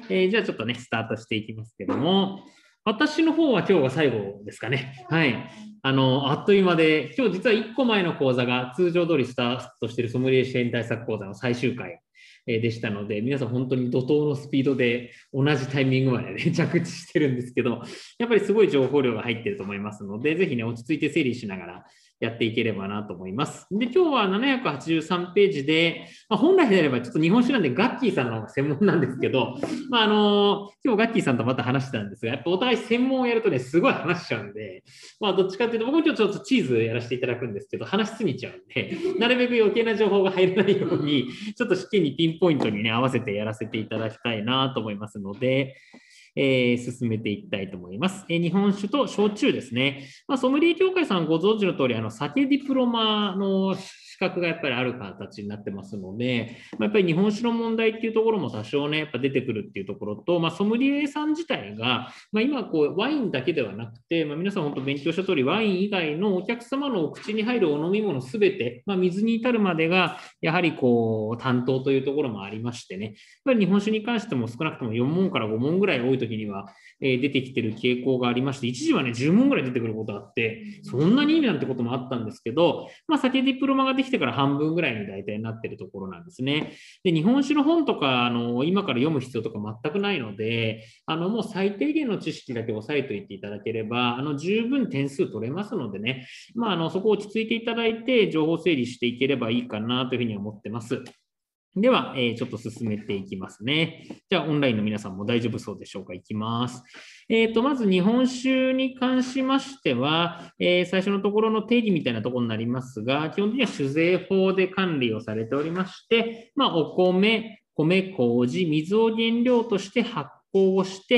じゃあちょっとね、スタートしていきますけども、私の方は今日が最後ですかね。はい。あっという間で、今日実は1個前の講座が通常通りスタートしているソムリエ支援対策講座の最終回でしたので、皆さん本当に怒涛のスピードで同じタイミングまでね、着地してるんですけど、やっぱりすごい情報量が入ってると思いますので、ぜひね、落ち着いて整理しながらやっていければなと思います。で、今日は783ページで、本来であればちょっと日本史なんでガッキーさんの専門なんですけど、今日ガッキーさんとまた話してたんですが、やっぱお互い専門をやるとね、すごい話しちゃうんで、どっちかっていうと、僕も今日ちょっとチーズやらせていただくんですけど、話しすぎちゃうんで、なるべく余計な情報が入らないように、ちょっと試験にピンポイントにね、合わせてやらせていただきたいなと思いますので、進めていきたいと思います。日本酒と焼酎ですね。ソムリエ協会さんご存知の通り、酒ディプロマの資格がやっぱりある形になってますので、やっぱり日本酒の問題っていうところも多少ね、やっぱ出てくるっていうところと、ソムリエさん自体が、今ワインだけではなくて、皆さん本当勉強した通り、ワイン以外のお客様のお口に入るお飲み物すべて、水に至るまでが、やはり担当というところもありましてね、やっぱり日本酒に関しても少なくとも4問から5問ぐらい多い時には、出てきてる傾向がありまして、一時はね、10問ぐらい出てくることがあって、そんなに意味なんてこともあったんですけど、酒ディプロマができてから半分ぐらいに大体なってるところなんですね。で、日本酒の本とか、今から読む必要とか全くないので、もう最低限の知識だけ押さえておいていただければ、十分点数取れますのでね、そこを落ち着いていただいて、情報整理していければいいかなというふうに思ってます。では、ちょっと進めていきますね。じゃあ、オンラインの皆さんも大丈夫そうでしょうか。いきます。まず日本酒に関しましては、最初のところの定義みたいなところになりますが、基本的には酒税法で管理をされておりまして、お米、米麹、水を原料として発酵をして、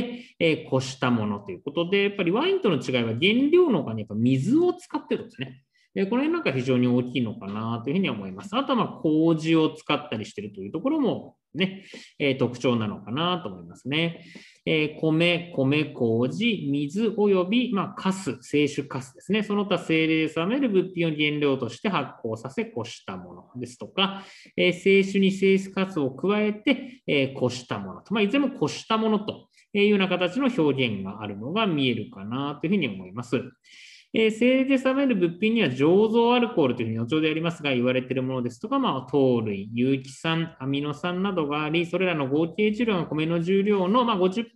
こしたものということで、やっぱりワインとの違いは原料の他にやっぱ水を使ってるんですね。この辺なんか非常に大きいのかなというふうに思います。あとは麹を使ったりしているというところもね、特徴なのかなと思いますね。米、米麹、水および、カス、清酒カスですね。その他精霊冷める物品を原料として発酵させ、こしたものですとか、清酒に清酒カスを加えて、こしたものと、いずれもこしたものというような形の表現があるのが見えるかなというふうに思います。精霊で冷める物品には醸造アルコールというふうに後ほどやりますが言われているものですとか、糖類、有機酸、アミノ酸などがあり、それらの合計重量が米の重量の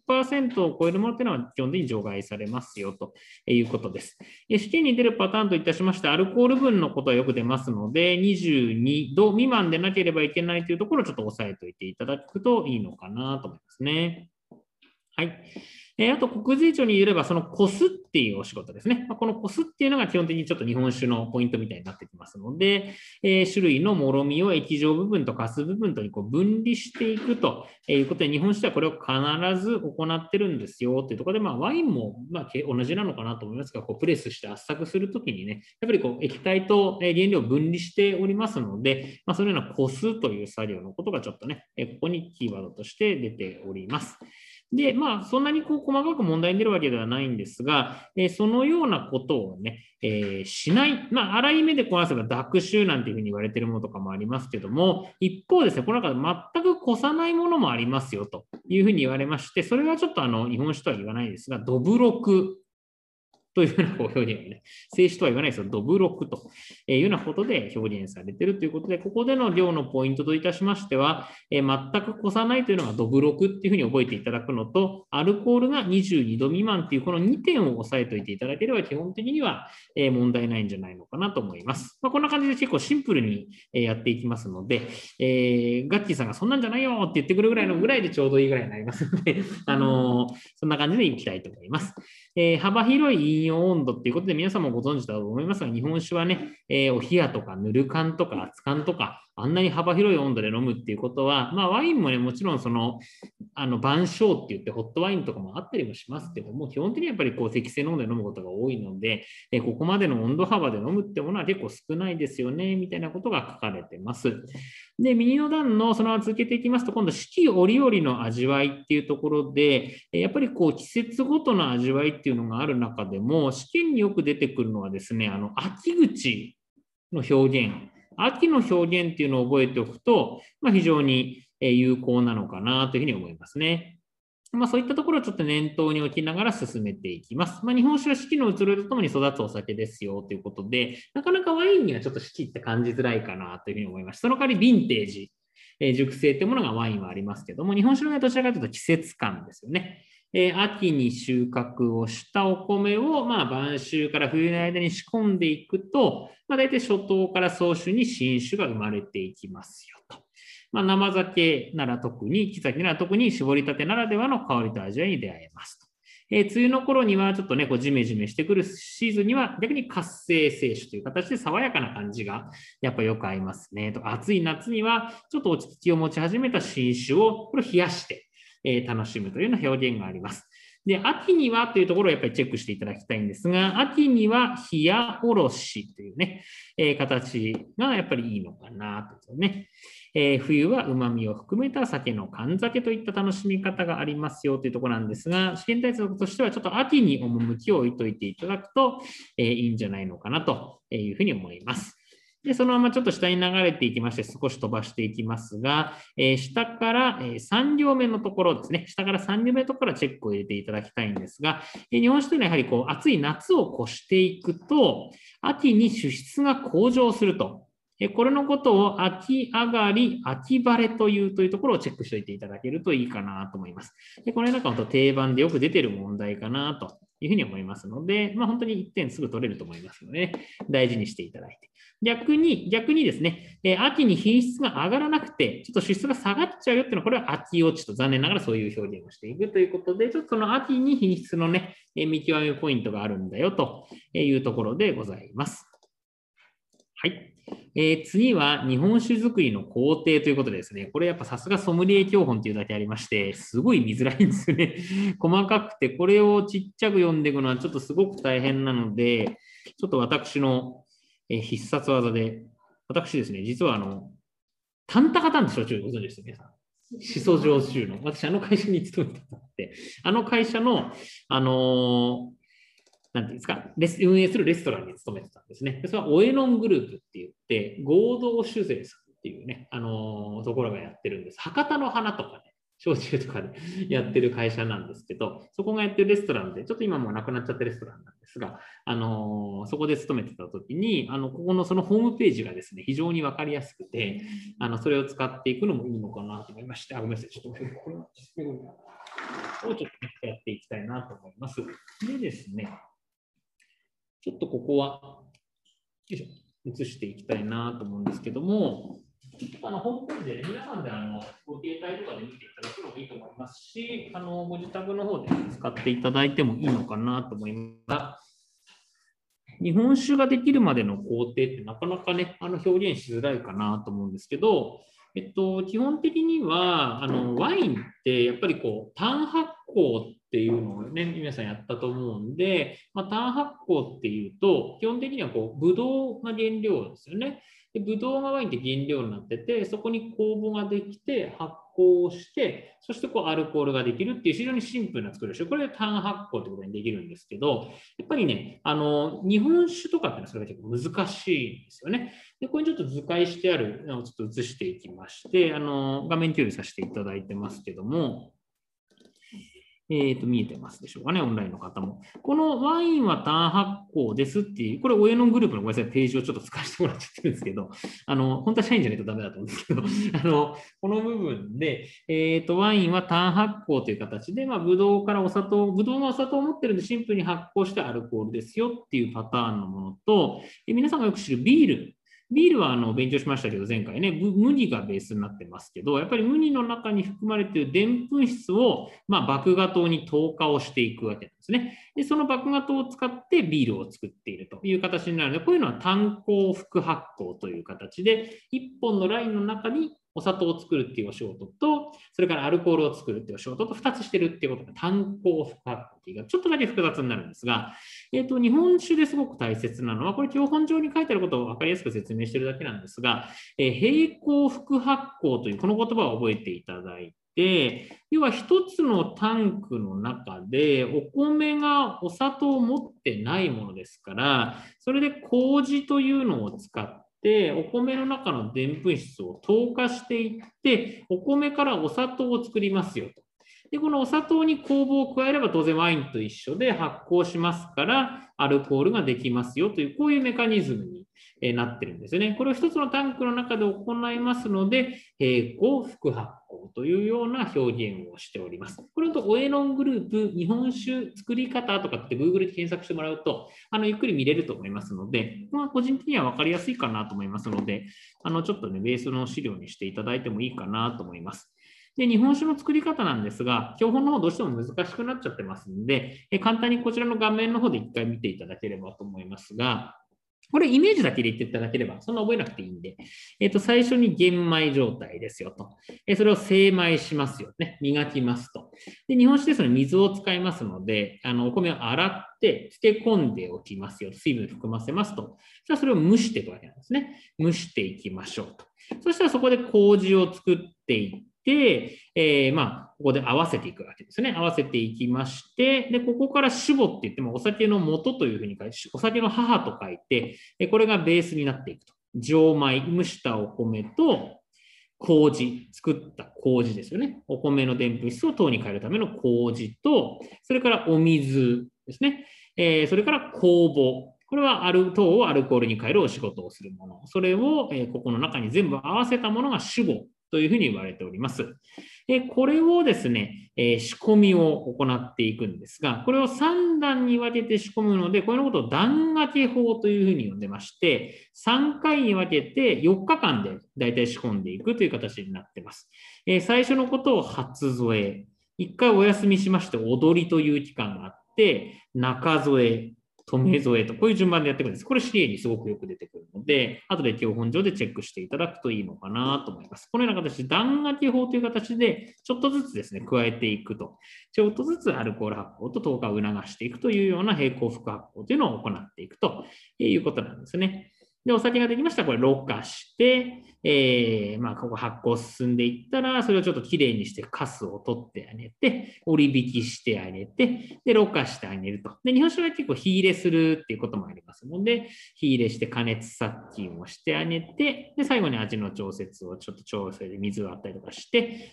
50% を超えるものというのは基本的に除外されますよということです。試験に出るパターンといたしまして、アルコール分のことはよく出ますので、22度未満でなければいけないというところをちょっと押さえておいていただくといいのかなと思いますね。はい。あと、国税庁によれば、そのコスっていうお仕事ですね。このコスっていうのが基本的にちょっと日本酒のポイントみたいになってきますので、種類のもろみを液状部分とカス部分とに分離していくということで、日本酒ではこれを必ず行ってるんですよというところで、ワインも同じなのかなと思いますが、プレスして圧搾するときにね、やっぱり液体と原料を分離しておりますので、そのようなコスという作業のことがちょっとね、ここにキーワードとして出ております。で、そんなに細かく問題に出るわけではないんですが、そのようなことをね、しない。粗い目でこなせば濁酒なんていうふうに言われているものとかもありますけども、一方ですね、この中で全く越さないものもありますよというふうに言われまして、それはちょっと日本酒とは言わないですが、どぶろくというような表現をね、静止とは言わないですよ、どぶろくというようなことで表現されているということで、ここでの量のポイントといたしましては、全く越さないというのがどぶろくっていうふうに覚えていただくのと、アルコールが22度未満っていうこの2点を押さえておいていただければ、基本的には問題ないんじゃないのかなと思います。こんな感じで結構シンプルにやっていきますので、ガッキーさんがそんなんじゃないよって言ってくるぐらいでちょうどいいぐらいになりますので、そんな感じでいきたいと思います。幅広い飲用温度っていうことで皆さんもご存知だと思いますが、日本酒はね、お冷やとかぬる燗とか熱燗とか、あんなに幅広い温度で飲むっていうことは、ワインもね、もちろん晩鐘って言ってホットワインとかもあったりもしますけども、基本的にやっぱり適正の温度で飲むことが多いので、ここまでの温度幅で飲むってものは結構少ないですよね、みたいなことが書かれてます。で、右の段のそのまま続けていきますと、今度四季折々の味わいっていうところで、やっぱり季節ごとの味わいっていうのがある中でも、試験によく出てくるのはですね、秋口の表現、秋の表現っていうのを覚えておくと、非常に有効なのかなというふうに思いますね。 そういったところをちょっと念頭に置きながら進めていきます。日本酒は四季の移ろいとともに育つお酒ですよということで、なかなかワインにはちょっと四季って感じづらいかなというふうに思います。その代わりヴィンテージ、熟成というものがワインはありますけども、日本酒の場合はどちらかというと季節感ですよね。秋に収穫をしたお米を、晩秋から冬の間に仕込んでいくと、大体初冬から早春に新酒が生まれていきますよと。生酒なら特に、木酒なら特に搾りたてならではの香りと味わいに出会えますと。梅雨の頃にはちょっとね、ジメジメしてくるシーズンには逆に活性清酒という形で爽やかな感じがやっぱよく合いますね。と暑い夏にはちょっと落ち着きを持ち始めた新酒をこれ冷やして楽しむというような表現があります。で、秋にはというところをやっぱりチェックしていただきたいんですが、秋には冷やおろしというね、形がやっぱりいいのかなとね。冬は旨味を含めた酒の燗酒といった楽しみ方がありますよというところなんですが、試験対策としてはちょっと秋に趣を置いといていただくと、いいんじゃないのかなというふうに思います。で、そのままちょっと下に流れていきまして、少し飛ばしていきますが、下から3行目のところですね、下から3行目のところからチェックを入れていただきたいんですが、日本酒というのはやはり暑い夏を越していくと、秋に酒質が向上すると。これのことを秋上がり、秋晴れというところをチェックしておいていただけるといいかなと思います。でこれなんか本当定番でよく出てる問題かなというふうに思いますので、本当に1点すぐ取れると思いますので、ね、大事にしていただいて。逆にですね、秋に品質が上がらなくて、ちょっと質素が下がっちゃうよっていうのは、これは秋落ちと残念ながらそういう表現をしていくということで、ちょっとその秋に品質のね、見極めポイントがあるんだよというところでございます。はい。次は日本酒作りの工程ということでですね、これやっぱさすがソムリエ教本というだけありまして、すごい見づらいんですよね。細かくて、これをちっちゃく読んでいくのはちょっとすごく大変なので、ちょっと私の必殺技で、私ですね、実はタンタカタンって焼酎ご存知ですよね。しそ焼酎の。私、会社に勤めてたって、会社の、なんていうんですか、運営するレストランに勤めてたんですね。それはオエノングループって言って、合同酒税さんっていうね、ところがやってるんです。博多の花とかね、焼酎とかでやってる会社なんですけど、そこがやってるレストランで、ちょっと今もうなくなっちゃったレストランなんですが、そこで勤めてた時に、ここのそのホームページがですね、非常にわかりやすくて、それを使っていくのもいいのかなと思いまして、ごめんなさい、ちょっとこれをちょっとやっていきたいなと思います。でですね、ちょっとここは、移していきたいなと思うんですけども、ホームページで、ね、皆さんでご携帯とかで見ていただくのもいいと思いますし、ご自宅の方で使っていただいてもいいのかなと思いますが、日本酒ができるまでの工程ってなかなかね、表現しづらいかなと思うんですけど、基本的にはワインってやっぱり単発酵っていうのをね、皆さんやったと思うんで、単発酵っていうと、基本的にはブドウが原料ですよね。でブドウがワインって原料になってて、そこに酵母ができて発酵をして、そしてアルコールができるっていう非常にシンプルな作りをして、これで単発酵ってことにできるんですけど、やっぱりね、日本酒とかってのはそれが結構難しいんですよね。で、これにちょっと図解してあるのをちょっと映していきまして、画面共有させていただいてますけども、見えてますでしょうかね、オンラインの方も。このワインは単発酵ですっていう、これ、親のグループのごめんなさい、ページをちょっと使わせてもらっちゃってるんですけど、本当は社員じゃないとダメだと思うんですけど、この部分で、ワインは単発酵という形で、ブドウからお砂糖、ブドウがお砂糖を持ってるんで、シンプルに発酵してアルコールですよっていうパターンのものと、皆さんがよく知るビール。ビールは勉強しましたけど、前回ね、麦がベースになってますけど、やっぱり麦の中に含まれているでんぷん質を、麦芽糖に糖化をしていくわけなんですね。で、その麦芽糖を使ってビールを作っているという形になるので、こういうのは単酵複発酵という形で、1本のラインの中にお砂糖を作るっていうお仕事と、それからアルコールを作るっていうお仕事と2つしてるっていうことが単酵複発酵っていうか、ちょっとだけ複雑になるんですが、日本酒ですごく大切なのは、これ教本上に書いてあることを分かりやすく説明しているだけなんですが、並行複発酵というこの言葉を覚えていただいて、要は一つのタンクの中でお米がお砂糖を持ってないものですから、それで麹というのを使ってお米の中のでんぷん質を糖化していって、お米からお砂糖を作りますよと。 で、このお砂糖に酵母を加えれば当然ワインと一緒で発酵しますから、アルコールができますよという、こういうメカニズムになってるんですよね。これを一つのタンクの中で行いますので、並行副発酵というような表現をしております。これとオエノングループ、日本酒作り方とかって Google で検索してもらうと、ゆっくり見れると思いますので、個人的には分かりやすいかなと思いますので、ちょっとね、ベースの資料にしていただいてもいいかなと思います。で、日本酒の作り方なんですが、標本の方どうしても難しくなっちゃってますので、簡単にこちらの画面の方で一回見ていただければと思いますが、これイメージだけで言っていただければ、そんな覚えなくていいんで、最初に玄米状態ですよと。それを精米しますよね。磨きますと。で、日本酒ですので水を使いますので、お米を洗って漬け込んでおきますよ。水分含ませますと。じゃあそれを蒸していくわけなんですね。蒸していきましょうと。そしたらそこで麹を作っていって、ここで合わせていくわけですね。合わせていきまして、で、ここから酒母って言っても、お酒の元というふうに書いて、お酒の母と書いて、これがベースになっていくと。蒸米、蒸したお米と、麹、作った麹ですよね。お米のでんぷん質を糖に変えるための麹と、それからお水ですね。それから酵母。これは糖をアルコールに変えるお仕事をするもの。それを、ここの中に全部合わせたものが酒母というふうに言われております。これをですね、仕込みを行っていくんですが、これを3段に分けて仕込むので、これのことを段掛け法というふうに呼んでまして、3回に分けて4日間で大体仕込んでいくという形になっています。最初のことを初添え、1回お休みしまして踊りという期間があって、中添え、止め添えと、こういう順番でやっていくんです。これ、資料にすごくよく出てくるので、後で教本上でチェックしていただくといいのかなと思います。このような形で、段掛け法という形で、ちょっとずつですね、加えていくと。ちょっとずつアルコール発酵と糖化を促していくというような並行副発酵というのを行っていくということなんですね。で、お酒ができましたら、これ、ろ過して、ここ発酵進んでいったら、それをちょっときれいにして、カスを取ってあげて、折り引きしてあげて、で、ろ過してあげると。で、日本酒は結構火入れするっていうこともありますので、火入れして加熱殺菌をしてあげて、で、最後に味の調節をちょっと調整で水をあったりとかして、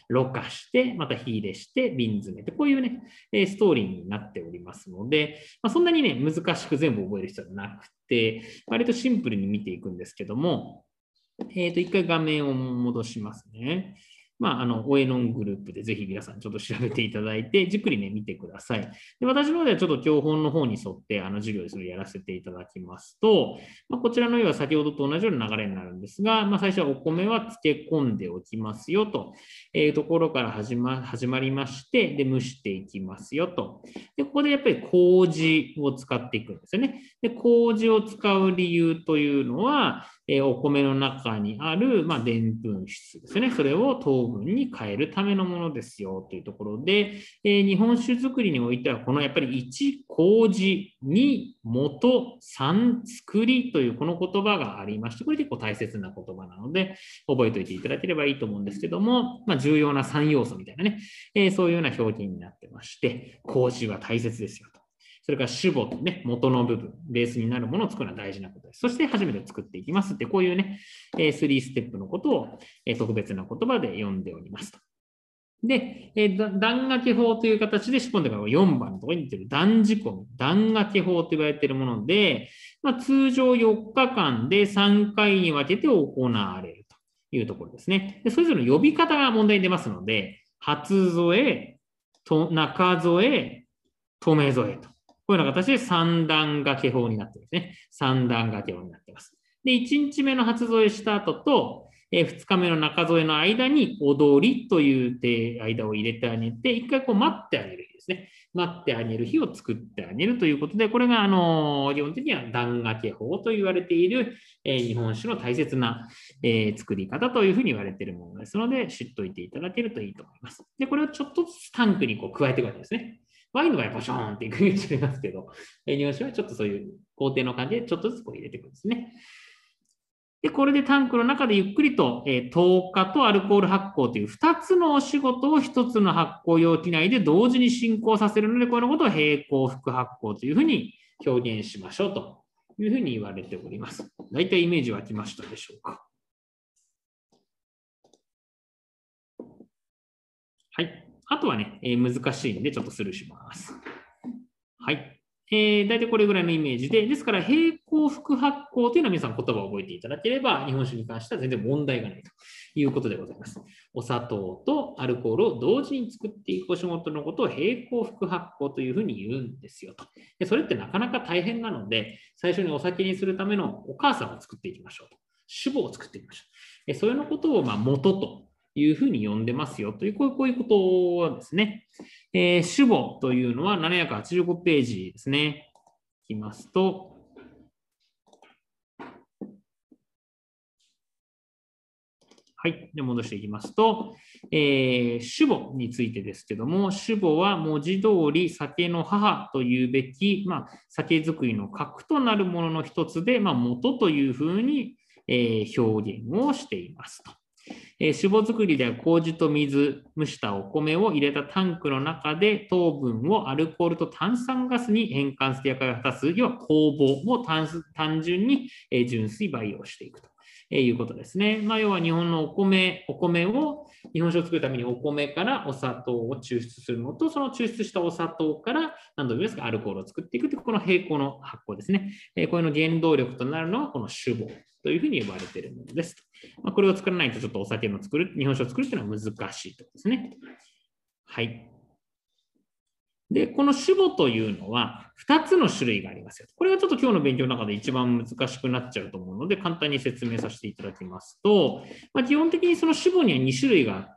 ろ過して、また火入れして、瓶詰めて、こういうね、ストーリーになっておりますので、そんなにね、難しく全部覚える必要はなくて、割とシンプルに見ていくんですけども、一回画面を戻しますね。オエノングループでぜひ皆さんちょっと調べていただいて、じっくりね、見てください。で、私の方ではちょっと教本の方に沿って、授業でそれをやらせていただきますと、こちらのようは先ほどと同じような流れになるんですが、最初はお米は漬け込んでおきますよというところから始まりまして、で、蒸していきますよと。で、ここでやっぱり麹を使っていくんですよね。で、麹を使う理由というのは、お米の中にある、でんぷん質ですね。それを糖分に変えるためのものですよというところで、日本酒作りにおいては、このやっぱり1、麹、2、元、3、作りというこの言葉がありまして、これ結構大切な言葉なので、覚えておいていただければいいと思うんですけども、重要な3要素みたいなね、そういうような表現になってまして、麹は大切ですよと。それから主母とね、元の部分、ベースになるものを作るのは大事なことです。そして初めて作っていきますって、こういうね、3ステップのことを特別な言葉で読んでおりますと。で、段掛け法という形で仕込んでから4番のところに出てる段仕込み、段掛け法と言われているもので、通常4日間で3回に分けて行われるというところですね。でそれぞれの呼び方が問題に出ますので、初添え、中添え、止め添えと。こういうような形で3段掛け法になっていますね。3段掛け法になっています。で、1日目の初添えした後と、2日目の中添えの間に踊りという間を入れてあげて、1回こう待ってあげる日ですね。待ってあげる日を作ってあげるということで、これが基本的には段掛け法と言われている日本酒の大切な作り方というふうに言われているものですので、知っておいていただけるといいと思います。で、これをちょっとずつタンクにこう加えていくわけですね。ワインの場合はポショーンっていくイメージありますけど、日本酒はちょっとそういう工程の感じでちょっとずつこう入れていくんですね。で、これでタンクの中でゆっくりと、糖化とアルコール発酵という2つのお仕事を1つの発酵容器内で同時に進行させるので、このことを並行副発酵というふうに表現しましょうというふうに言われております。大体イメージ湧きましたでしょうか。はい。 あとはね、難しいんでちょっとスルーします。はい。大体これぐらいのイメージで、ですから平行複発酵というのは皆さん言葉を覚えていただければ、日本酒に関しては全然問題がないということでございます。お砂糖とアルコールを同時に作っていくお仕事のことを平行複発酵というふうに言うんですよと。でそれってなかなか大変なので、最初にお酒にするためのお母さんを作っていきましょうと。主母を作っていきましょう。それのことを元というふうに呼んでますよという、こういうことですね。主母というのは785ページですね。いきますと、はい。で、戻していきますと、主母についてですけども、主母は文字通り酒の母というべき、酒造りの核となるものの一つで、元というふうに、表現をしていますと。酒母作りでは麹と水、蒸したお米を入れたタンクの中で糖分をアルコールと炭酸ガスに変換する役割を果たす、要は酵母を単純に純粋培養していくということですね。要は日本のお米を日本酒を作るためにお米からお砂糖を抽出するのと、その抽出したお砂糖から何度も言いますかアルコールを作っていくというこの平行の発酵ですね。これの原動力となるのはこの酒母というふうに呼ばれているものです。これを作らないとちょっとお酒の作る、日本酒を作るというのは難しいところですね。はい。で、この主母というのは2つの種類がありますよ。これがちょっと今日の勉強の中で一番難しくなっちゃうと思うので、簡単に説明させていただきますと、基本的にその主母には2種類があって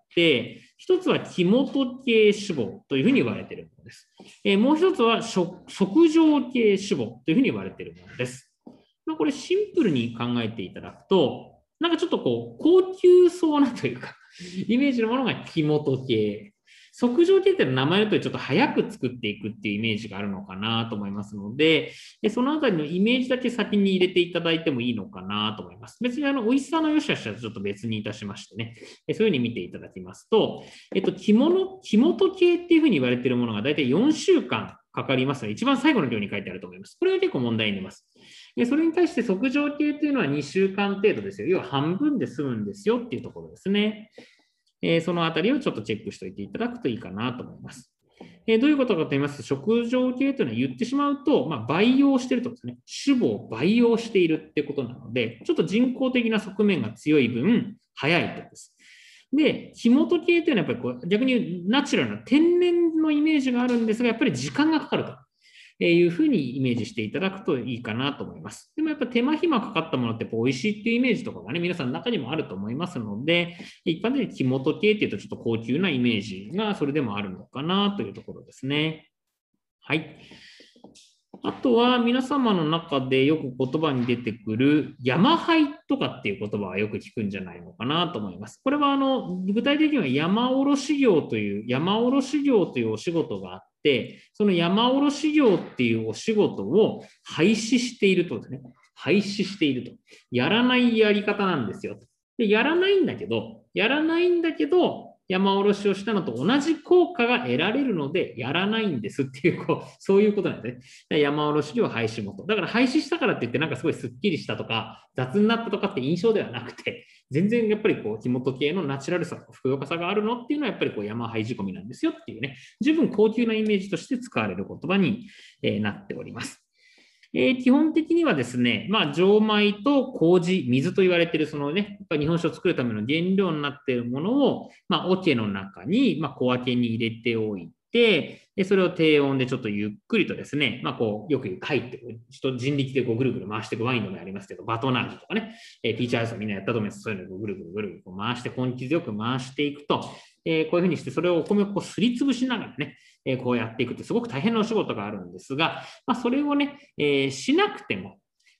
、1つは木本系主母というふうに言われているものです。もう1つは側上系主母というふうに言われているものです。これシンプルに考えていただくと、なんかちょっと高級そうなというか、イメージのものが木本系。側上系って名前のとおりちょっと早く作っていくっていうイメージがあるのかなと思いますので、そのあたりのイメージだけ先に入れていただいてもいいのかなと思います。別に美味しさの良し悪しはちょっと別にいたしましてね、そういうふうに見ていただきますと、木本系っていうふうに言われているものが大体4週間かかりますので、一番最後の量に書いてあると思います。これが結構問題になります。それに対して側上系というのは2週間程度ですよ。要は半分で済むんですよっていうところですね。そのあたりをちょっとチェックしておいていただくといいかなと思います。どういうことかと言いますと、側上系というのは言ってしまうと、培養しているとですね、主母を培養しているってことなので、ちょっと人工的な側面が強い分、早いとです。で、木本系というのはやっぱり逆にナチュラルな天然のイメージがあるんですが、やっぱり時間がかかると。いうふうにイメージしていただくといいかなと思います。でもやっぱ手間暇かかったものってやっぱ美味しいっていうイメージとかがね、皆さんの中にもあると思いますので、一般的に木本系っていうとちょっと高級なイメージがそれでもあるのかなというところですね。はい。あとは皆様の中でよく言葉に出てくる山灰とかっていう言葉はよく聞くんじゃないのかなと思います。これは具体的には山卸業というお仕事があって、その山卸業っていうお仕事を廃止しているとですね。廃止していると。やらないやり方なんですよ。で、やらないんだけど、山おろしをしたのと同じ効果が得られるので、やらないんですっていう、そういうことなんですね。山おろし業廃止元。だから廃止したからって言って、なんかすごいスッキリしたとか、雑になったとかって印象ではなくて、全然やっぱり木本系のナチュラルさ、ふくよかさがあるのっていうのは、やっぱり山廃仕込みなんですよっていうね、十分高級なイメージとして使われる言葉になっております。基本的にはですね、錠米と麹、水と言われているそのね、やっぱ日本酒を作るための原料になっているものを、桶の中に、小分けに入れておいて、それを低温でちょっとゆっくりとですね、よく書いて、ちょっと人力でぐるぐる回していくワインのもありますけど、バトナージュとかね、ピーチアイスはみんなやったと思います。そういうのをぐるぐる回して、根気強く回していくと、こういうふうにして、それをお米をすりつぶしながらね、こうやっていくってすごく大変なお仕事があるんですが、それをね、しなくても、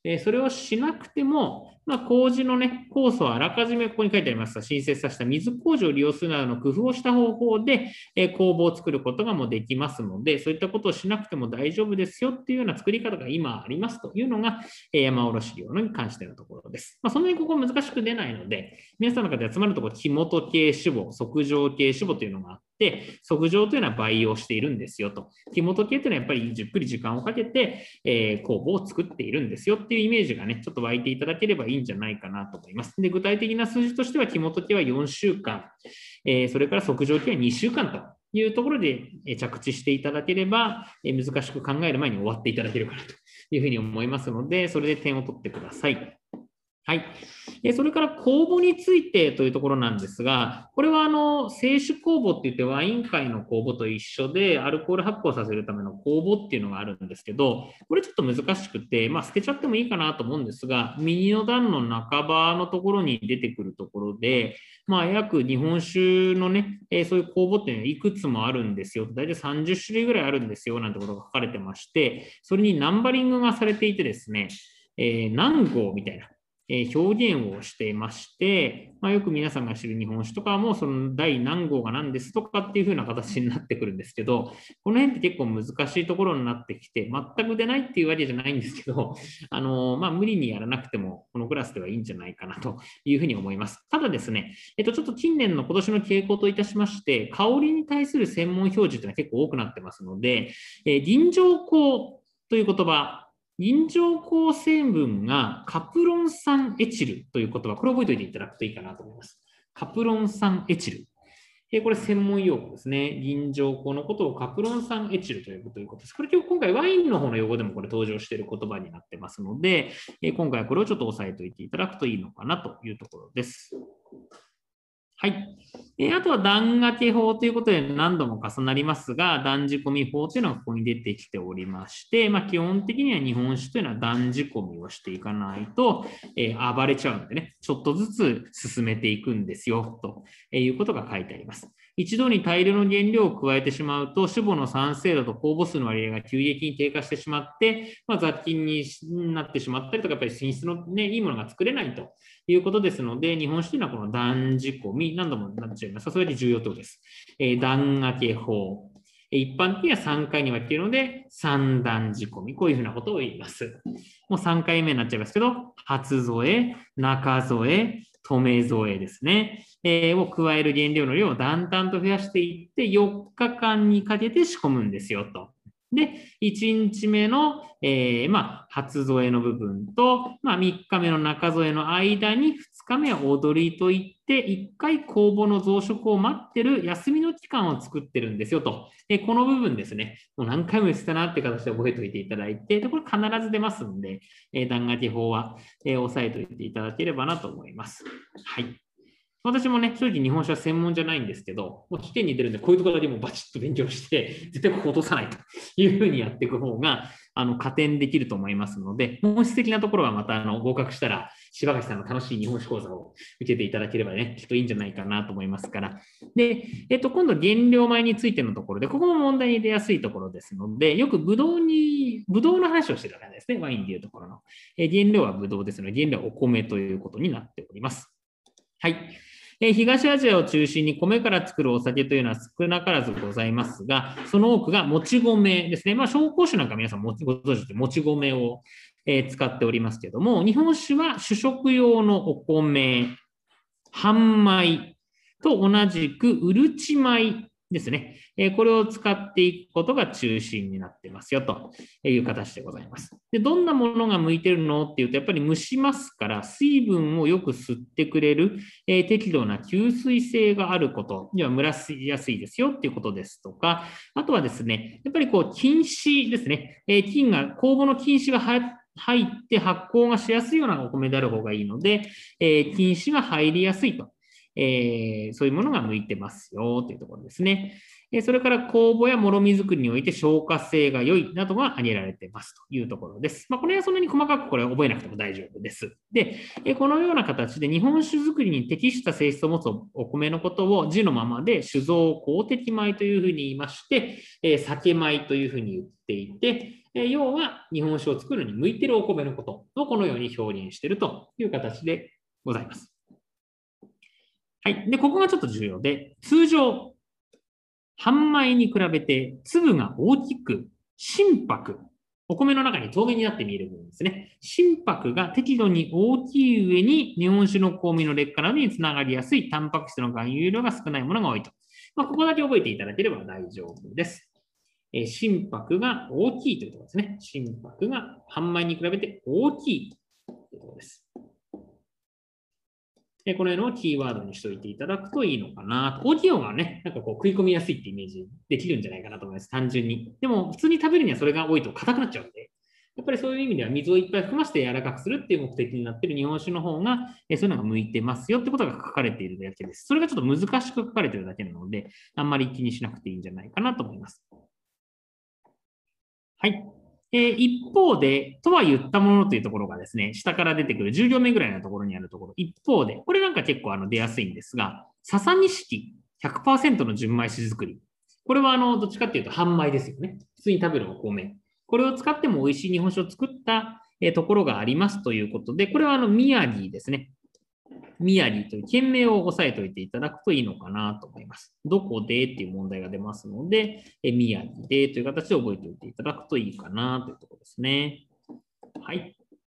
麹のね、酵素をあらかじめここに書いてありますが、新設させた水麹を利用するなどの工夫をした方法で、酵母を作ることがもうできますので、そういったことをしなくても大丈夫ですよっていうような作り方が今ありますというのが、山卸業に関してのところです。そんなにここ難しく出ないので、皆さんの方で集まるところ、木本系主母、側上系主母というのがあって、側上というのは培養しているんですよと。木本系というのはやっぱりじっくり時間をかけて、酵母を作っているんですよっていうイメージがね、ちょっと湧いていただければいいんじゃないかなと思います。で、具体的な数字としては、木本系は4週間、それから側上系は2週間というところで着地していただければ、難しく考える前に終わっていただけるかなというふうに思いますので、それで点を取ってください。はい。それから酵母についてというところなんですが、これは清酒酵母って言ってワイン界の酵母と一緒で、アルコール発酵させるための酵母っていうのがあるんですけど、これちょっと難しくて、捨てちゃってもいいかなと思うんですが、右の段の半ばのところに出てくるところで、約日本酒のね、そういう酵母っていうのはいくつもあるんですよ。大体30種類ぐらいあるんですよ、なんてことが書かれてまして、それにナンバリングがされていてですね、何号みたいな。表現をしていまして、よく皆さんが知る日本酒とかもその第何号が何ですとかっていう風な形になってくるんですけど、この辺って結構難しいところになってきて、全く出ないっていうわけじゃないんですけど、無理にやらなくてもこのクラスではいいんじゃないかなというふうに思います。ただですね、ちょっと近年の今年の傾向といたしまして、香りに対する専門表示というのは結構多くなってますので、臨場香という言葉、臨場香成分がカプロン酸エチルという言葉、これを覚えておいていただくといいかなと思います。カプロン酸エチル。これ専門用語ですね。臨場香のことをカプロン酸エチルと呼ぶということです。これ今回ワインの方の用語でもこれ登場している言葉になってますので、今回はこれをちょっと押さえておいていただくといいのかなというところです。はい。あとは断掛け法ということで何度も重なりますが、断仕込み法というのがここに出てきておりまして、基本的には日本酒というのは断仕込みをしていかないと、暴れちゃうのでね、ちょっとずつ進めていくんですよ、ということが書いてあります。一度に大量の原料を加えてしまうと、酒母の酸性度と酵母数の割合が急激に低下してしまって、雑菌になってしまったりとか、やっぱり品質の、ね、いいものが作れないということですので、日本酒というのはこの断仕込み、何度もなっちゃいますが、それで重要ということです。断掛け法。一般的には3回に分けるので、三段仕込み。こういうふうなことを言います。もう3回目になっちゃいますけど、初添え、中添え、止め添えですね。を加える原料の量をだんだんと増やしていって、4日間にかけて仕込むんですよと。で、1日目の、初添えの部分と、3日目の中添えの間に2日目は踊りといって、1回酵母の増殖を待ってる休みの期間を作ってるんですよと。この部分ですね、もう何回も言ってたなって形で覚えておいていただいて、これ必ず出ますんで、断掛け法は、押さえておいていただければなと思います。はい。私もね、正直日本酒は専門じゃないんですけど、もう試験に出るんで、こういうところだけもバチッと勉強して、絶対ここ落とさないというふうにやっていく方が、加点できると思いますので、本質的なところはまた、合格したら、柴垣さんの楽しい日本酒講座を受けていただければね、きっといいんじゃないかなと思いますから。で、今度、原料米についてのところで、ここも問題に出やすいところですので、よくブドウの話をしてるわけですね、ワインでいうところの。原料はブドウですので、原料はお米ということになっております。はい。東アジアを中心に米から作るお酒というのは少なからずございますが、その多くがもち米ですね。紹興酒なんか皆さんご存知でもち米を使っておりますけれども、日本酒は主食用のお米、半米と同じくうるち米ですね。これを使っていくことが中心になってますよという形でございます。で、どんなものが向いてるのっていうと、やっぱり蒸しますから、水分をよく吸ってくれる、適度な吸水性があることには蒸らしやすいですよっていうことですとか、あとはですね、やっぱり菌糸ですね、酵母の菌糸が入って発酵がしやすいようなお米である方がいいので、菌糸が入りやすいと。そういうものが向いてますよというところですね。それから酵母やもろみ作りにおいて消化性が良いなどが挙げられていますというところです。これはそんなに細かくこれは覚えなくても大丈夫です。で、このような形で日本酒作りに適した性質を持つお米のことを字のままで酒造公的米というふうに言いまして、酒米というふうに言っていて、要は日本酒を作るに向いているお米のことをこのように表現しているという形でございます。はい。で、ここがちょっと重要で、通常、半米に比べて粒が大きく、心拍、お米の中に透明になって見える部分ですね。心拍が適度に大きい上に、日本酒の香味の劣化などにつながりやすいタンパク質の含有量が少ないものが多いと。ここだけ覚えていただければ大丈夫です。心拍が大きいというところですね。心拍が半米に比べて大きいというところです。 このようなキーワードにしておいていただくといいのかな。オーディオがね、なんかこう食い込みやすいってイメージできるんじゃないかなと思います。単純に。でも、普通に食べるにはそれが多いと硬くなっちゃうんで、やっぱりそういう意味では水をいっぱい含ませて柔らかくするっていう目的になっている日本酒の方が、そういうのが向いてますよってことが書かれているだけです。それがちょっと難しく書かれているだけなので、あんまり気にしなくていいんじゃないかなと思います。はい。一方で、とは言ったものというところがですね、下から出てくる10行目ぐらいのところにあるところ、一方で、これなんか結構出やすいんですが、笹錦 100% の純米酒作り。これはどっちかっていうと半米ですよね。普通に食べるお米。これを使っても美味しい日本酒を作ったところがありますということで、これは宮城ですね。宮城という県名を押さえておいていただくといいのかなと思います。どこでっていう問題が出ますので、宮城でという形で覚えておいていただくといいかなというところですね。はい。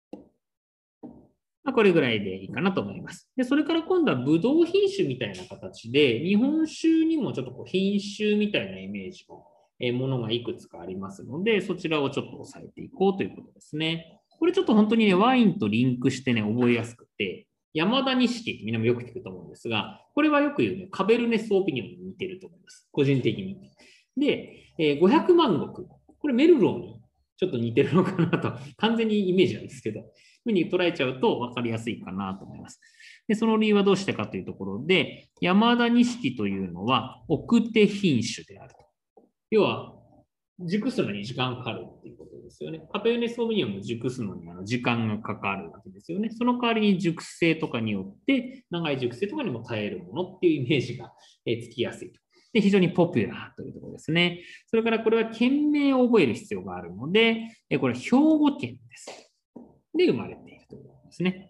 これぐらいでいいかなと思います。で、それから今度はブドウ品種みたいな形で、日本酒にもちょっとこう品種みたいなイメージのものがいくつかありますので、そちらをちょっと押さえていこうということですね。これちょっと本当にね、ワインとリンクしてね、覚えやすくて、山田錦ってみんなもよく聞くと思うんですが、これはよく言うね、カベルネスオピニオンに似てると思います。個人的に。で、500万石。これメルローにちょっと似てるのかなと、完全にイメージなんですけど、ふうに捉えちゃうと分かりやすいかなと思います。で、その理由はどうしてかというところで、山田錦というのは奥手品種であると。要は、熟すのに時間かかるっていうことですよね。カペルネソービニョンも熟すのに時間がかかるわけですよね。その代わりに熟成とかによって、長い熟成とかにも耐えるものっていうイメージがつきやすいと。で、非常にポピュラーというところですね。それからこれは県名を覚える必要があるので、これは兵庫県です。で生まれているということですね。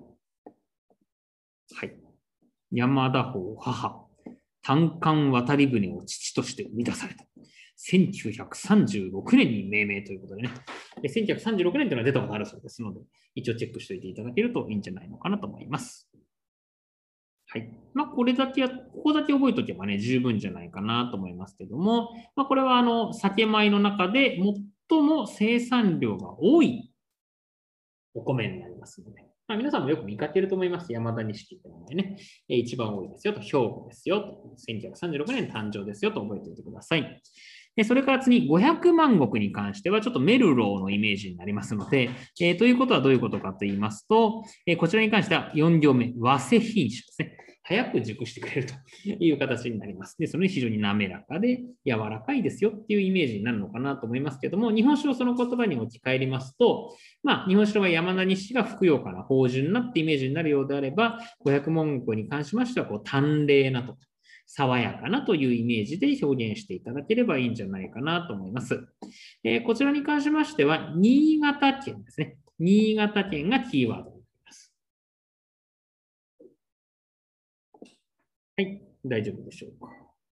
はい。山田法母、単管渡り船を父として生み出された。1936年に命名ということでね。1936年というのは出たことあるそうですので、一応チェックしておいていただけるといいんじゃないのかなと思います。はい。これだけここだけ覚えておけばね、十分じゃないかなと思いますけども、これは酒米の中で最も生産量が多いお米になりますので、皆さんもよく見かけると思います。山田錦って名前ね。一番多いですよと、兵庫ですよと、1936年誕生ですよと覚えておいてください。それから次、500万石に関しては、ちょっとメルローのイメージになりますので、ということはどういうことかと言いますと、こちらに関しては4行目、和製品種ですね。早く熟してくれるという形になります。で、それ非常に滑らかで柔らかいですよっていうイメージになるのかなと思いますけども、日本酒をその言葉に置き換えりますと、日本酒は山田錦がふくよかな芳醇なってイメージになるようであれば、500文句に関しましては、淡麗なとか、爽やかなというイメージで表現していただければいいんじゃないかなと思います。こちらに関しましては、新潟県ですね。新潟県がキーワードになります。はい、大丈夫でしょうか。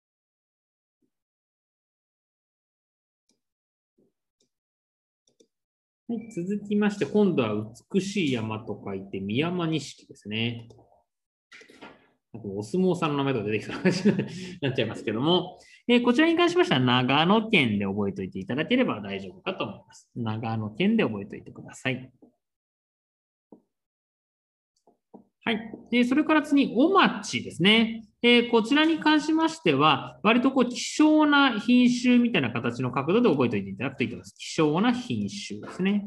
はい、続きまして、今度は美しい山と書いて、宮山錦ですね。お相撲さんの名前とか出てきた話になっちゃいますけども、こちらに関しましては長野県で覚えておいていただければ大丈夫かと思います。長野県で覚えておいてください。はい。それから次、お町ですね。こちらに関しましては、割と希少な品種みたいな形の角度で覚えておいていただくといいと思います。希少な品種ですね。